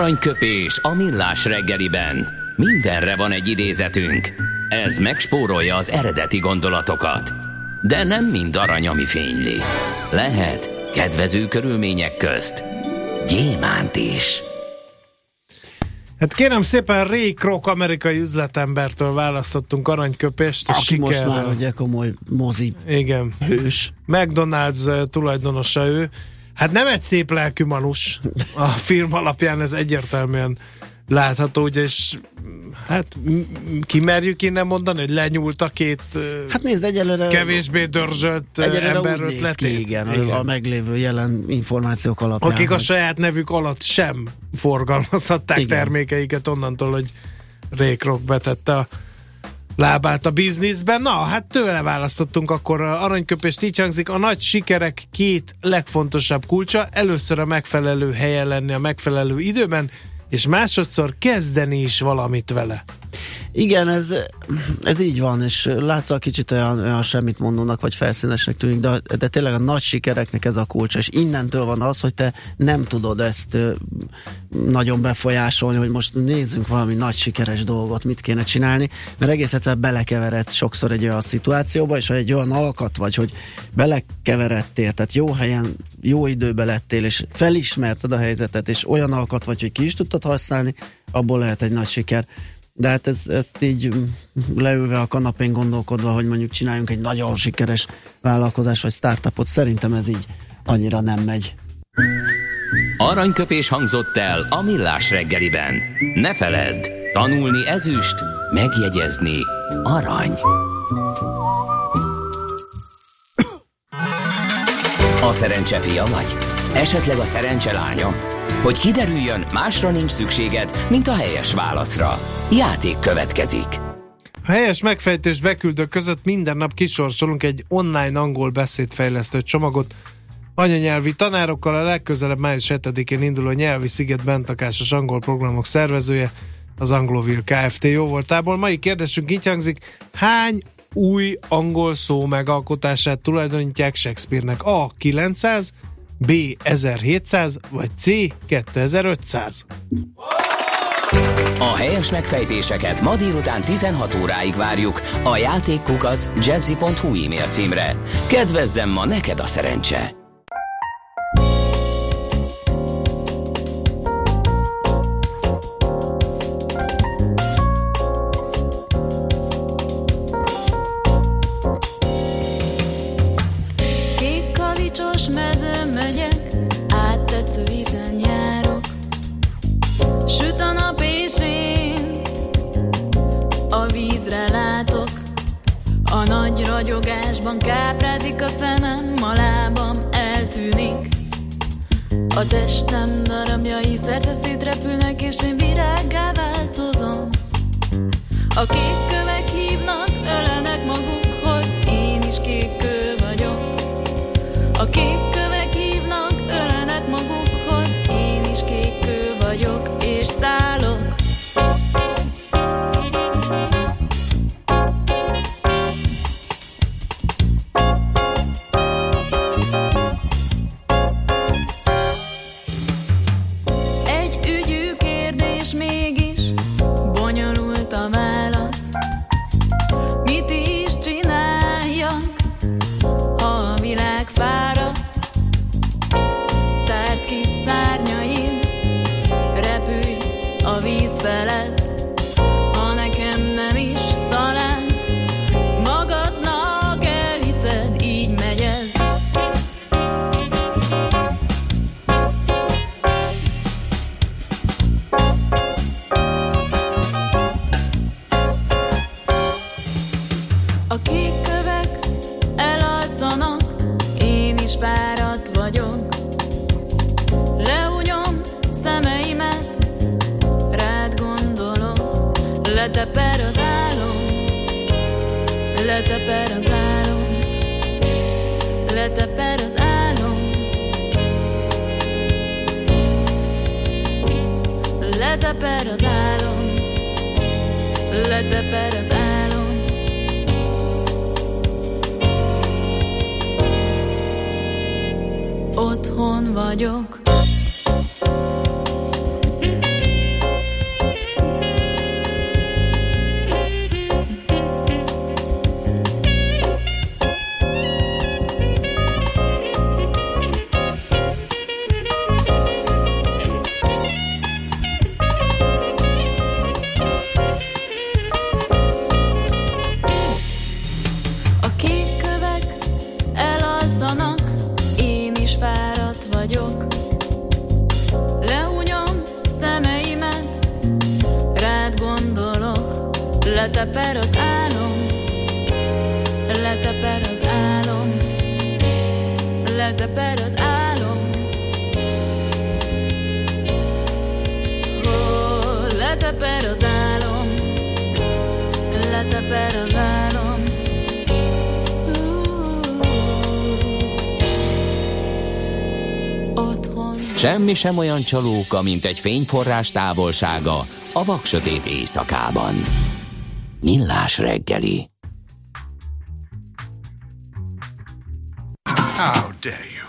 Aranyköpés a millás reggeliben. Mindenre van egy idézetünk. Ez megspórolja az eredeti gondolatokat. De nem mind arany, ami fényli. Lehet kedvező körülmények közt gyémánt is. Hát kérem szépen, Ray Kroc amerikai üzletembertől választottunk aranyköpést. Aki sikerrel. most már ugye komoly mozi Igen. hős. McDonald's tulajdonosa ő. Hát nem egy szép lelkű manus. A film alapján ez egyértelműen látható, ugye, és hát kimerjük innen mondani, hogy lenyúlt a két hát nézd, egyelőre kevésbé dörzsölt ember ötletét. Igen, igen, a meglévő jelen információk alapján. Akik a hogy... saját nevük alatt sem forgalmazhatták igen. termékeiket onnantól, hogy Ray Kroc betette a lábát a bizniszben. Na, hát tőle választottunk akkor aranyköpést, így hangzik: a nagy sikerek két legfontosabb kulcsa: először a megfelelő helyen lenni a megfelelő időben, és másodszor kezdeni is valamit vele. Igen, ez, ez így van, és látszol kicsit olyan, olyan semmit mondónak, vagy felszínesnek tűnik, de, de tényleg a nagy sikereknek ez a kulcs, és innentől van az, hogy te nem tudod ezt nagyon befolyásolni, hogy most nézzünk valami nagy sikeres dolgot, mit kéne csinálni, mert egész egyszer belekeveredsz sokszor egy olyan szituációba, és ha egy olyan alkat vagy, hogy belekeveredtél, tehát jó helyen, jó időben lettél, és felismerted a helyzetet, és olyan alkat vagy, hogy ki is tudtad használni, abból lehet egy nagy siker. De hát ez, ezt így leülve a kanapén gondolkodva, hogy mondjuk csináljunk egy nagyon sikeres vállalkozás vagy startupot, szerintem ez így annyira nem megy. Aranyköpés hangzott el a millás reggeliben. Ne feledd, tanulni ezüst, megjegyezni arany. A szerencse fia vagy? Esetleg a szerencse lánya? Hogy kiderüljön, másra nincs szükséged, mint a helyes válaszra. Játék következik. A helyes megfejtés beküldők között minden nap kisorsolunk egy online angol beszédfejlesztő csomagot. Anyanyelvi tanárokkal a legközelebb május hetedikén induló nyelvi sziget bentakásos angol programok szervezője, az Anglovil Kft. Jóvoltából. Mai kérdésünk így hangzik: hány új angol szó megalkotását tulajdonítják Shakespeare-nek? A. kilencszáz, B. ezerhétszáz, vagy C. kétezer-ötszáz? A helyes megfejtéseket ma délután tizenhat óráig várjuk a játékkukac jazzy pont hu e-mail címre. Kedvezzem ma neked a szerencse! Ragyogásban káprázik a szemem, a lábam eltűnik. A testem darabjai szerte szétrepülnek, és én virággá változom. A kék kövek hívnak, ölelnek magukhoz, én is kék kő vagyok. A kék kövek hívnak, ölelnek magukhoz, én is kék kő vagyok, és szállok. Leteper az álom, leteper az álom, leteper az álom, leteper az álom, leteper az álom. Otthon vagyok. leteper az álom, leteper az álom, leteper az álom, oh, leteper az álom, leteper az álom. Otthon. Semmi sem olyan csalóka, mint egy fényforrás távolsága a vaksötét éjszakában. Millás reggeli. How dare you?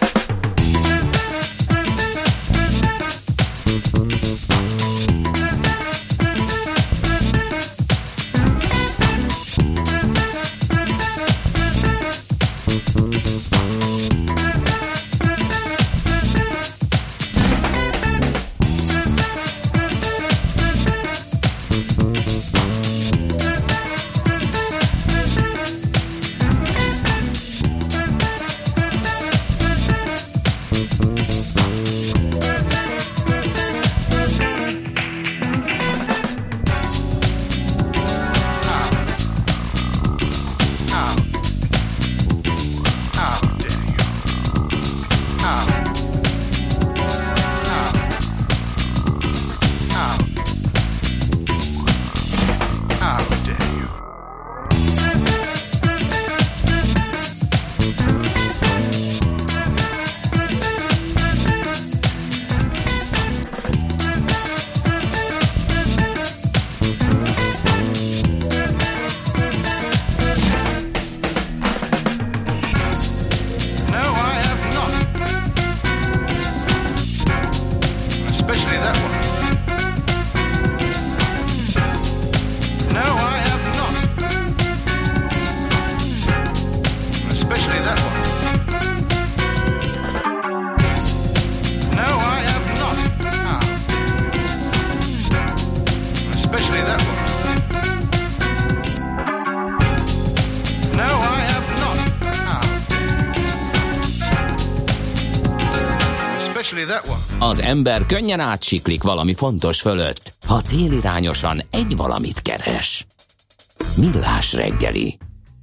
Az ember könnyen átsiklik valami fontos fölött, ha célirányosan egy valamit keres. Millás reggeli.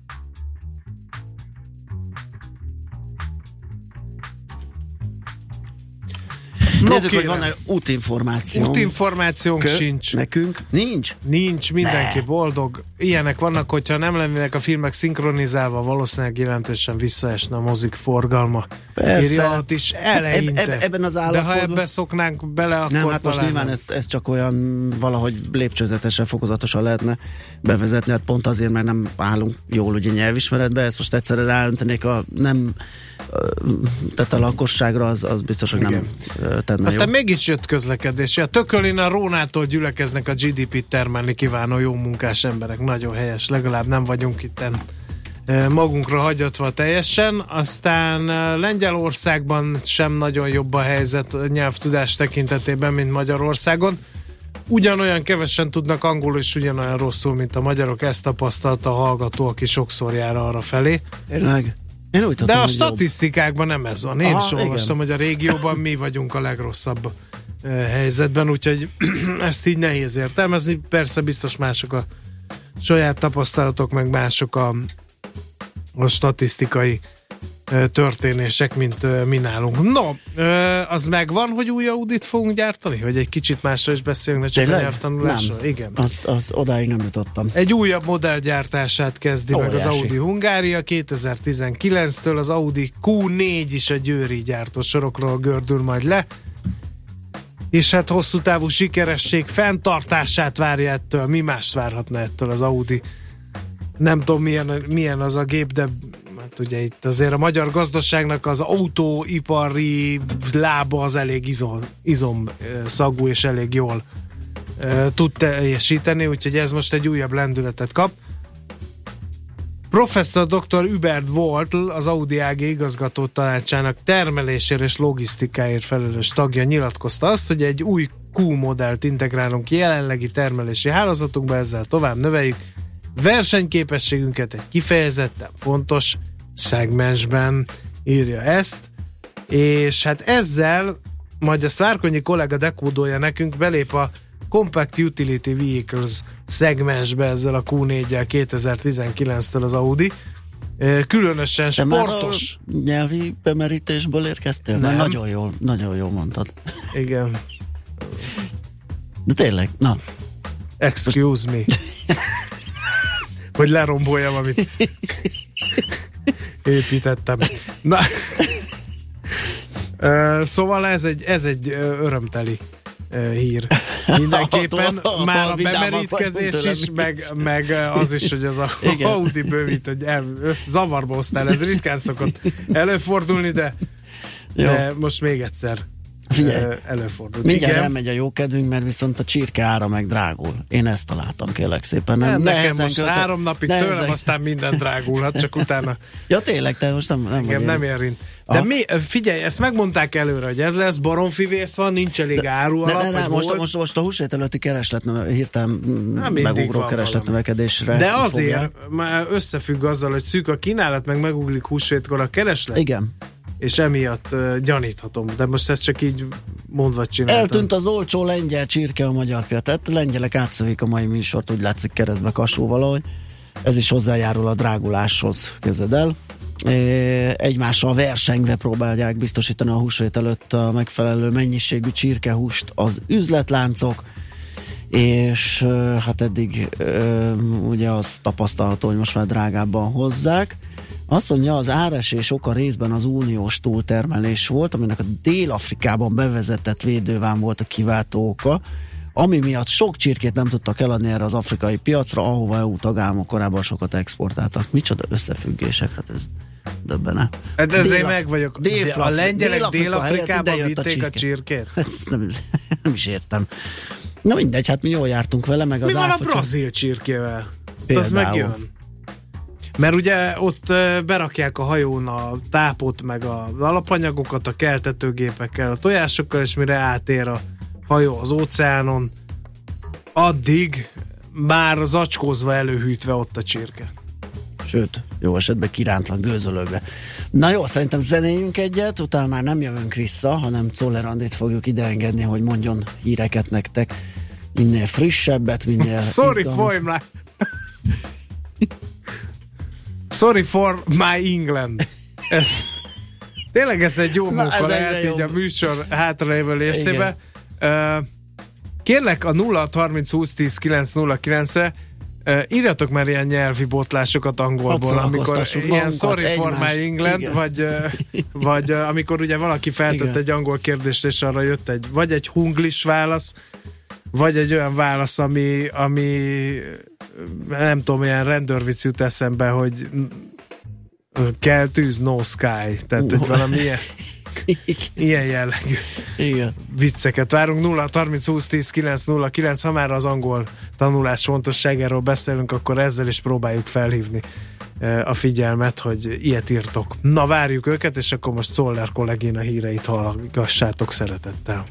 Nézzük, hogy van-e útinformáció. Útinformációnk Kö? sincs. Nekünk? Nincs? Nincs, mindenki Ne. boldog. Ilyenek vannak, hogyha nem lennének a filmek szinkronizálva, valószínűleg jelentősen visszaesne a mozik forgalma. Persze. Írja ott is eleinte. Eb, eb, ebben az De állapotban... ha ebbe szoknánk bele, akkor Nem, hát most talán nyilván nem. ez, ez csak olyan valahogy lépcsőzetesen, fokozatosan lehetne bevezetni, hát pont azért, mert nem állunk jól ugye nyelvismeretbe, ezt most egyszerre ráöntenék a nem tehát a lakosságra, az, az biztos, hogy nem tenne Aztán jó. mégis jött közlekedés. A tökölén a Rónától gyülekeznek a gé dé pét termelni kívánó jó munkás emberek. Nagyon helyes, legalább nem vagyunk itten magunkra hagyatva teljesen. Aztán Lengyelországban sem nagyon jobb a helyzet nyelvtudás tekintetében, mint Magyarországon. Ugyanolyan kevesen tudnak angolul, és ugyanolyan rosszul, mint a magyarok. Ezt tapasztalta a hallgató, aki sokszor jár arra felé. Tényleg? Én úgy De tudtam, a hogy statisztikákban nem ez van. Én Aha, is olvastam, igen. hogy a régióban mi vagyunk a legrosszabb eh, helyzetben, úgyhogy ezt így nehéz értelmezni. Persze biztos mások a saját tapasztalatok, meg mások a, a statisztikai eh, történések, mint eh, mi nálunk. No, eh, az megvan, hogy új Audit fogunk gyártani? Hogy egy kicsit másra is beszélünk, ne csak Tényleg? a nyelvtanulásról? Nem. Igen. Azt, az odáig nem jutottam. Egy újabb modellgyártását kezdi Óriási. meg az Audi Hungária kétezer-tizenkilenctől, az Audi kú négy is a győri gyártósorokról gördül majd le, és hát hosszú távú sikeresség fenntartását várja ettől. Mi mást várhatna ettől az Audi? Nem tudom milyen, milyen az a gép, de hát ugye itt azért a magyar gazdaságnak az autóipari lába az elég izom, izom szagú és elég jól tud teljesíteni, úgyhogy ez most egy újabb lendületet kap. Professzor doktor Hubert Volt, az Audi á gé igazgató tanácsának termelésért és logisztikáért felelős tagja nyilatkozta azt, hogy egy új Q modellt integrálunk jelenlegi termelési hálózatunkba, ezzel tovább növeljük versenyképességünket egy kifejezetten fontos szegmensben, írja ezt, és hát ezzel majd ezt Várkonyi kollega dekódolja nekünk, belép a Compact Utility Vehicles szegmensbe ezzel a kú négyel kétezer-tizenkilenctől az Audi. Különösen te sportos. Már a nyelvi bemerítésből érkeztél? Nem. Mert nagyon jól, nagyon jól mondtad. Igen. De tényleg, na. Excuse me. Hogy leromboljam, amit építettem. Na. Szóval ez egy, ez egy örömteli hír. Mindenképpen attól, már attól a bemerítkezés is, meg, meg az is, hogy az a Audi bővít, hogy el, zavarba hoztál. Ez ritkán szokott előfordulni, de, de most még egyszer Figyelj, előfordul. mindjárt Igen. elmegy a jó kedvünk, mert viszont a csirke ára meg drágul. Én ezt találtam, kérlek szépen. Nem, nem nekem most köte... három napig nehezen... tőlem, aztán minden drágulhat, csak utána ja tényleg, te most nem, nem engem nem érint. De mi, figyelj, ezt megmondták előre, hogy ez lesz, baromfivész van, nincs elég áru alap, de, de, de, most, most, most a húsvét előtti kereslet, hirtelen megugró keresletnövekedésre. De azért fogják. Már összefügg azzal, hogy szűk a kínálat, meg meguglik húsvétkor a kereslet. Igen. És emiatt uh, gyaníthatom, de most ezt csak így mondva csináltam. Eltűnt az olcsó lengyel csirke a magyar piac. Tehát lengyelek átszövik a mai műsort, úgy látszik keresztbe kasul valahogy. Ez is hozzájárul a dráguláshoz, kezded el. Egymással versengve próbálják biztosítani a húsvét előtt a megfelelő mennyiségű csirkehúst az üzletláncok, és hát eddig ugye az tapasztalható, hogy most már drágábban hozzák. Azt mondja, az áresés oka részben az uniós túltermelés volt, aminek a Dél-Afrikában bevezetett védővám volt a kiváltó oka, ami miatt sok csirkét nem tudtak eladni erre az afrikai piacra, ahova é u tagállamok korábban sokat exportáltak. Micsoda összefüggések, hát ez döbbene. Hát ezért meg vagyok. Dél-Afri- a lengyelek Dél-Afrika Dél-Afrikába vitték a, a csirkét? Ezt nem, nem is értem. Na mindegy, hát mi jól jártunk vele, meg az mi van Afrika... a brazil csirkével? Az megjön. Mert ugye ott berakják a hajón a tápot, meg az alapanyagokat a keltetőgépekkel, a tojásokkal, és mire átér a hajó az óceánon, addig már zacskózva, előhűtve ott a csirke. Sőt, jó esetben kirántva, gőzölőbe. Na jó, szerintem zenéljünk egyet, utána már nem jövünk vissza, hanem Czoller Andit fogjuk ideengedni, hogy mondjon híreket nektek. Minél frissebbet, minél Sorry for my... Sorry for my England. Ez... Tényleg ez egy jó munka lehet így a műsor hátralévő részébe. Uh, kérlek a nulla harminc húsz tíz kilenc nulla kilencre uh, írjatok már ilyen nyelvi botlásokat angolból, amikor ilyen sorry for my England, igen. vagy, uh, vagy uh, amikor ugye valaki feltett egy angol kérdést, és arra jött egy, vagy egy hunglis válasz, vagy egy olyan válasz, ami, ami nem tudom, ilyen rendőrvic jut eszembe, hogy kell tűz, no sky. Tehát, hogy valami ilyen, ilyen jellegű igen. vicceket várunk. nulla harminc húsz tíz kilenc nulla kilenc, ha már az angol tanulás fontosságáról beszélünk, akkor ezzel is próbáljuk felhívni a figyelmet, hogy ilyet írtok. Na, várjuk őket, és akkor most Czoller kollégina híreit hallgassátok szeretettel.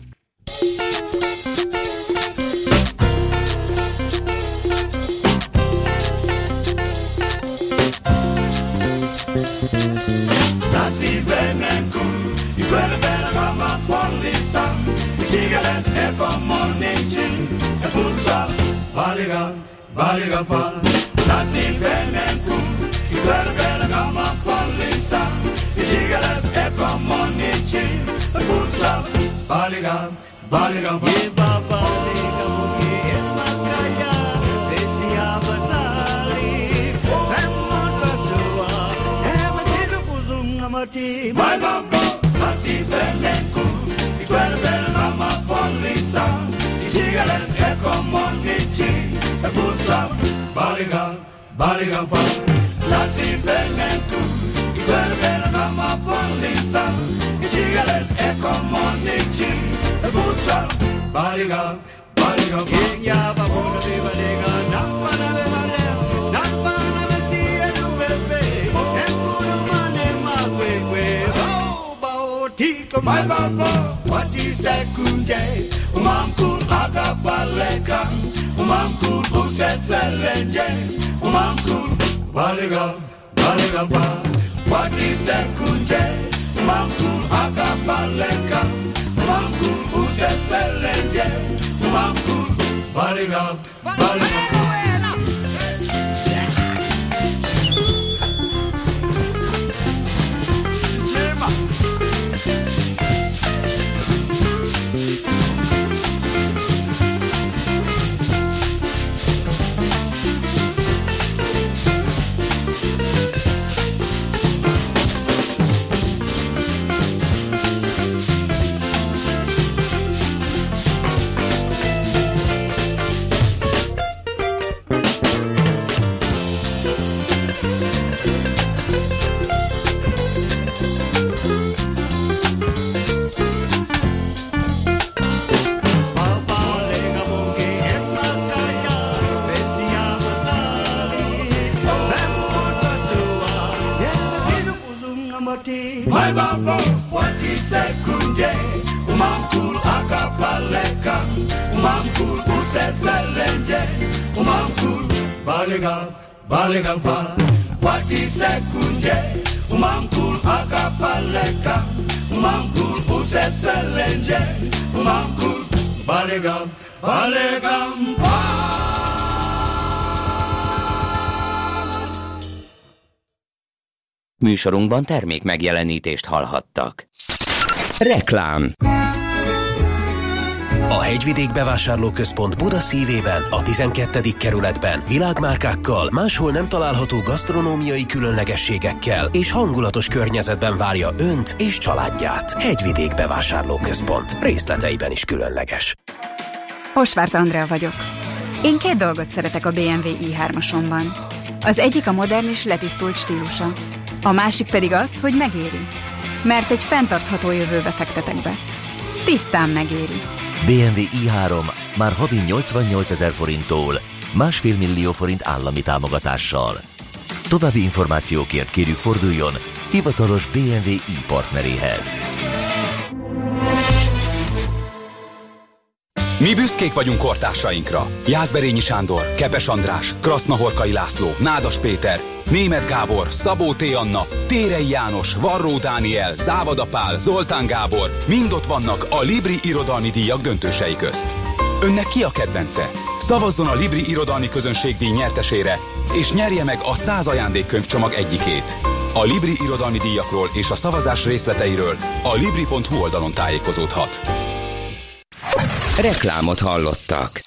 Baliga, baliga fal, nazi venenku, igual bela gama polisa, ijigalas epa monichi, bursa, baliga, baliga fal. Ye baba baliga mugi emakaya, desia basali, emon basua, emasira buzum amati. My baba, nazi venenku, igual bela gama polisa. Ijigalas epa monichi, bursa, baliga, baliga fal. Nazi venenku, igual bela gama polisa. Ijigalas epa monichi, bursa, baliga, baliga fal. Kenya babuna bibadega, nampana bebale, nampana besia nubebe, empuna mane makwekwe, bao bao tiko my babo, what is that kunje? Umamkul akapaleka, umamkul useselenje, umamkul baliga, baliga ba. What is that kunje? Umamkul akapaleka, umamkul useselenje, umamkul Baliga, baliga. My bambo, what is a kunje? Umamkul akapaleka, umamkul useselenje, umamkul baliga, baliga fa. What is a kunje? Umamkul akapaleka, umamkul useselenje, umamkul baliga, baliga fa. Műsorunkban termék megjelenítést hallhattak. Reklám. A Hegyvidék Bevásárlóközpont Buda szívében, a tizenkettedik kerületben világmárkákkal, máshol nem található gasztronómiai különlegességekkel és hangulatos környezetben várja önt és családját. Hegyvidék Bevásárlóközpont. Részleteiben is különleges. Hosvárt Andrea vagyok. Én két dolgot szeretek a bé em vé i hármasomban. Az egyik a modern és letisztult stílusa. A másik pedig az, hogy megéri. Mert egy fenntartható jövőbe fektetek be. Tisztán megéri. bé em vé i három már havi nyolcvannyolcezer forinttól, másfél millió forint állami támogatással. További információkért kérjük forduljon hivatalos bé em vé i partneréhez. Mi büszkék vagyunk kortársainkra. Jászberényi Sándor, Kepes András, Krasznahorkai László, Nádas Péter, Németh Gábor, Szabó T. Anna, Térei János, Varró Dániel, Závada Pál, Zoltán Gábor mind ott vannak a Libri Irodalmi Díjak döntősei közt. Önnek ki a kedvence? Szavazzon a Libri Irodalmi Közönségdíj nyertesére, és nyerje meg a száz ajándékkönyvcsomag egyikét. A Libri Irodalmi Díjakról és a szavazás részleteiről a libri pont hu oldalon tájékozódhat. Reklámot hallottak.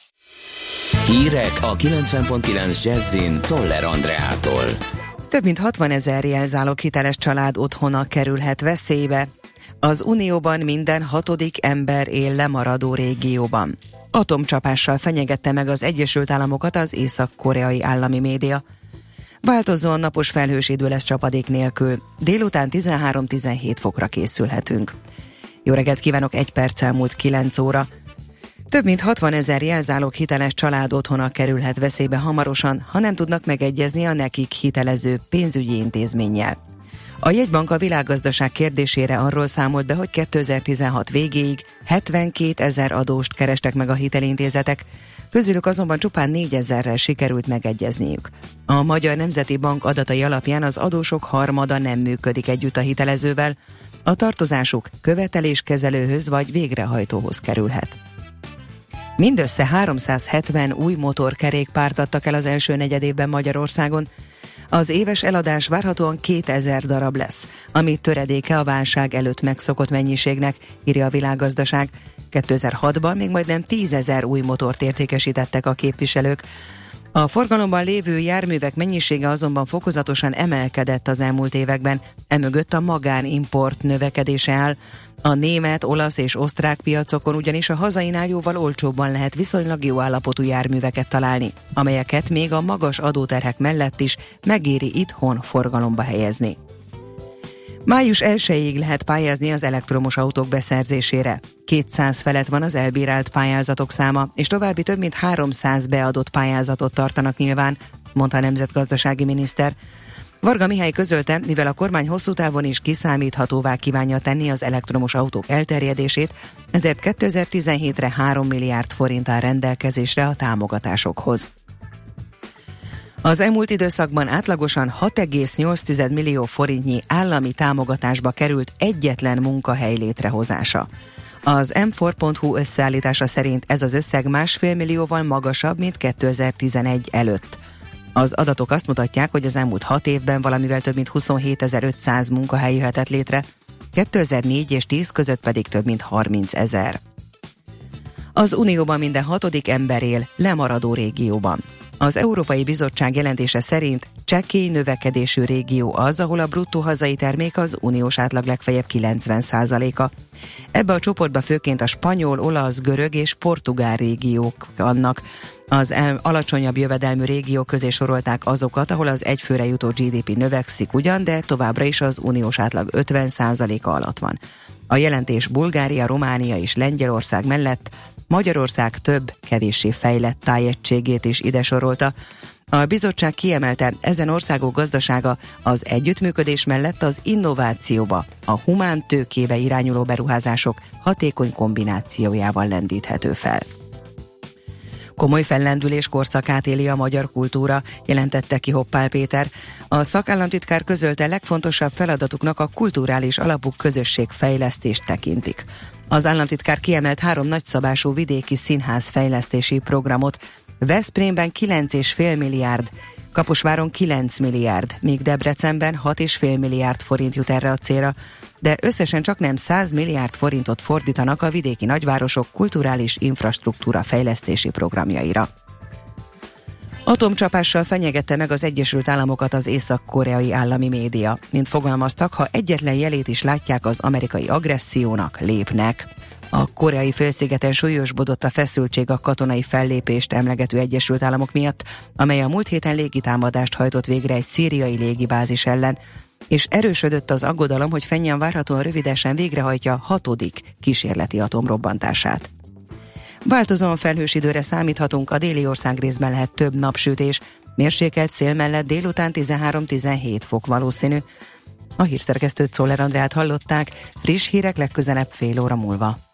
Hírek a kilencven pont kilenc Jazzin Czoller Andreától. Több mint hatvanezer jelzálog hiteles család otthona kerülhet veszélybe. Az Unióban minden hatodik ember él lemaradó régióban. Atomcsapással fenyegette meg az Egyesült Államokat az észak-koreai állami média. Változóan napos felhős idő lesz csapadék nélkül. Délután tizenhárom-tizenhét fokra készülhetünk. Jó reggelt kívánok, egy perc elmúlt kilenc óra. Több mint hatvanezer jelzálog hiteles család otthona kerülhet veszélybe hamarosan, ha nem tudnak megegyezni a nekik hitelező pénzügyi intézménnyel. A jegybank a világgazdaság kérdésére arról számolt be, hogy kétezer-tizenhat végéig hetvenkétezer adóst kerestek meg a hitelintézetek, közülük azonban csupán négyezerrel sikerült megegyezniük. A Magyar Nemzeti Bank adatai alapján az adósok harmada nem működik együtt a hitelezővel, a tartozásuk követeléskezelőhöz vagy végrehajtóhoz kerülhet. Mindössze háromszázhetven új motorkerékpárt adtak el az első negyedévben Magyarországon. Az éves eladás várhatóan kétezer darab lesz, ami töredéke a válság előtt megszokott mennyiségnek, írja a Világgazdaság. kétezer-hatban még majdnem tízezer új motort értékesítettek a képviselők. A forgalomban lévő járművek mennyisége azonban fokozatosan emelkedett az elmúlt években, emögött a magánimport növekedése áll. A német, olasz és osztrák piacokon ugyanis a hazainál jóval olcsóbban lehet viszonylag jó állapotú járműveket találni, amelyeket még a magas adóterhek mellett is megéri itthon forgalomba helyezni. május elsejéig lehet pályázni az elektromos autók beszerzésére. kétszáz felett van az elbírált pályázatok száma, és további több mint háromszáz beadott pályázatot tartanak nyilván, mondta a nemzetgazdasági miniszter. Varga Mihály közölte, mivel a kormány hosszú távon is kiszámíthatóvá kívánja tenni az elektromos autók elterjedését, ezért kétezer-tizenhétre három milliárd forint áll rendelkezésre a támogatásokhoz. Az elmúlt időszakban átlagosan hat egész nyolc millió forintnyi állami támogatásba került egyetlen munkahely létrehozása. Az em négy pont hu összeállítása szerint ez az összeg másfél millióval magasabb, mint kétezer-tizenegy előtt. Az adatok azt mutatják, hogy az elmúlt hat évben valamivel több mint huszonhétezer-ötszáz munkahely jöhetett létre, kétezer-négy és tíz között pedig több mint harmincezer. Az Unióban minden hatodik ember él lemaradó régióban. Az Európai Bizottság jelentése szerint csekély növekedésű régió az, ahol a bruttó hazai termék az uniós átlag legfeljebb kilencven százaléka. Ebbe a csoportba főként a spanyol, olasz, görög és portugál régiók vannak. Az el- alacsonyabb jövedelmű régiók közé sorolták azokat, ahol az egyfőre jutó gé dé pé növekszik ugyan, de továbbra is az uniós átlag ötven százaléka alatt van. A jelentés Bulgária, Románia és Lengyelország mellett Magyarország több, kevéssé fejlett tájegységét is ide sorolta. A bizottság kiemelte, ezen országok gazdasága az együttműködés mellett az innovációba, a humán tőkébe irányuló beruházások hatékony kombinációjával lendíthető fel. Komoly fellendülés korszakát éli a magyar kultúra, jelentette ki Hoppál Péter. A szakállamtitkár közölte, legfontosabb feladatuknak a kulturális alapú közösségfejlesztést tekintik. Az államtitkár kiemelt három nagyszabású vidéki színház fejlesztési programot, Veszprémben kilenc egész öt milliárd, Kaposváron kilenc milliárd, míg Debrecenben hat egész öt milliárd forint jut erre a célra, de összesen csak nem száz milliárd forintot fordítanak a vidéki nagyvárosok kulturális infrastruktúra fejlesztési programjaira. Atomcsapással fenyegette meg az Egyesült Államokat az észak-koreai állami média. Mint fogalmaztak, ha egyetlen jelét is látják az amerikai agressziónak, lépnek. A koreai félszigeten súlyosbodott a feszültség a katonai fellépést emlegető Egyesült Államok miatt, amely a múlt héten légitámadást hajtott végre egy szíriai légibázis ellen, és erősödött az aggodalom, hogy Phenjang várhatóan rövidesen végrehajtja hatodik kísérleti atomrobbantását. Változóan felhős időre számíthatunk, a déli ország részben lehet több napsütés, mérsékelt szél mellett délután tizenhárom-tizenhét fok valószínű. A hírszerkesztőt, Czoller Andrát hallották, friss hírek legközelebb fél óra múlva.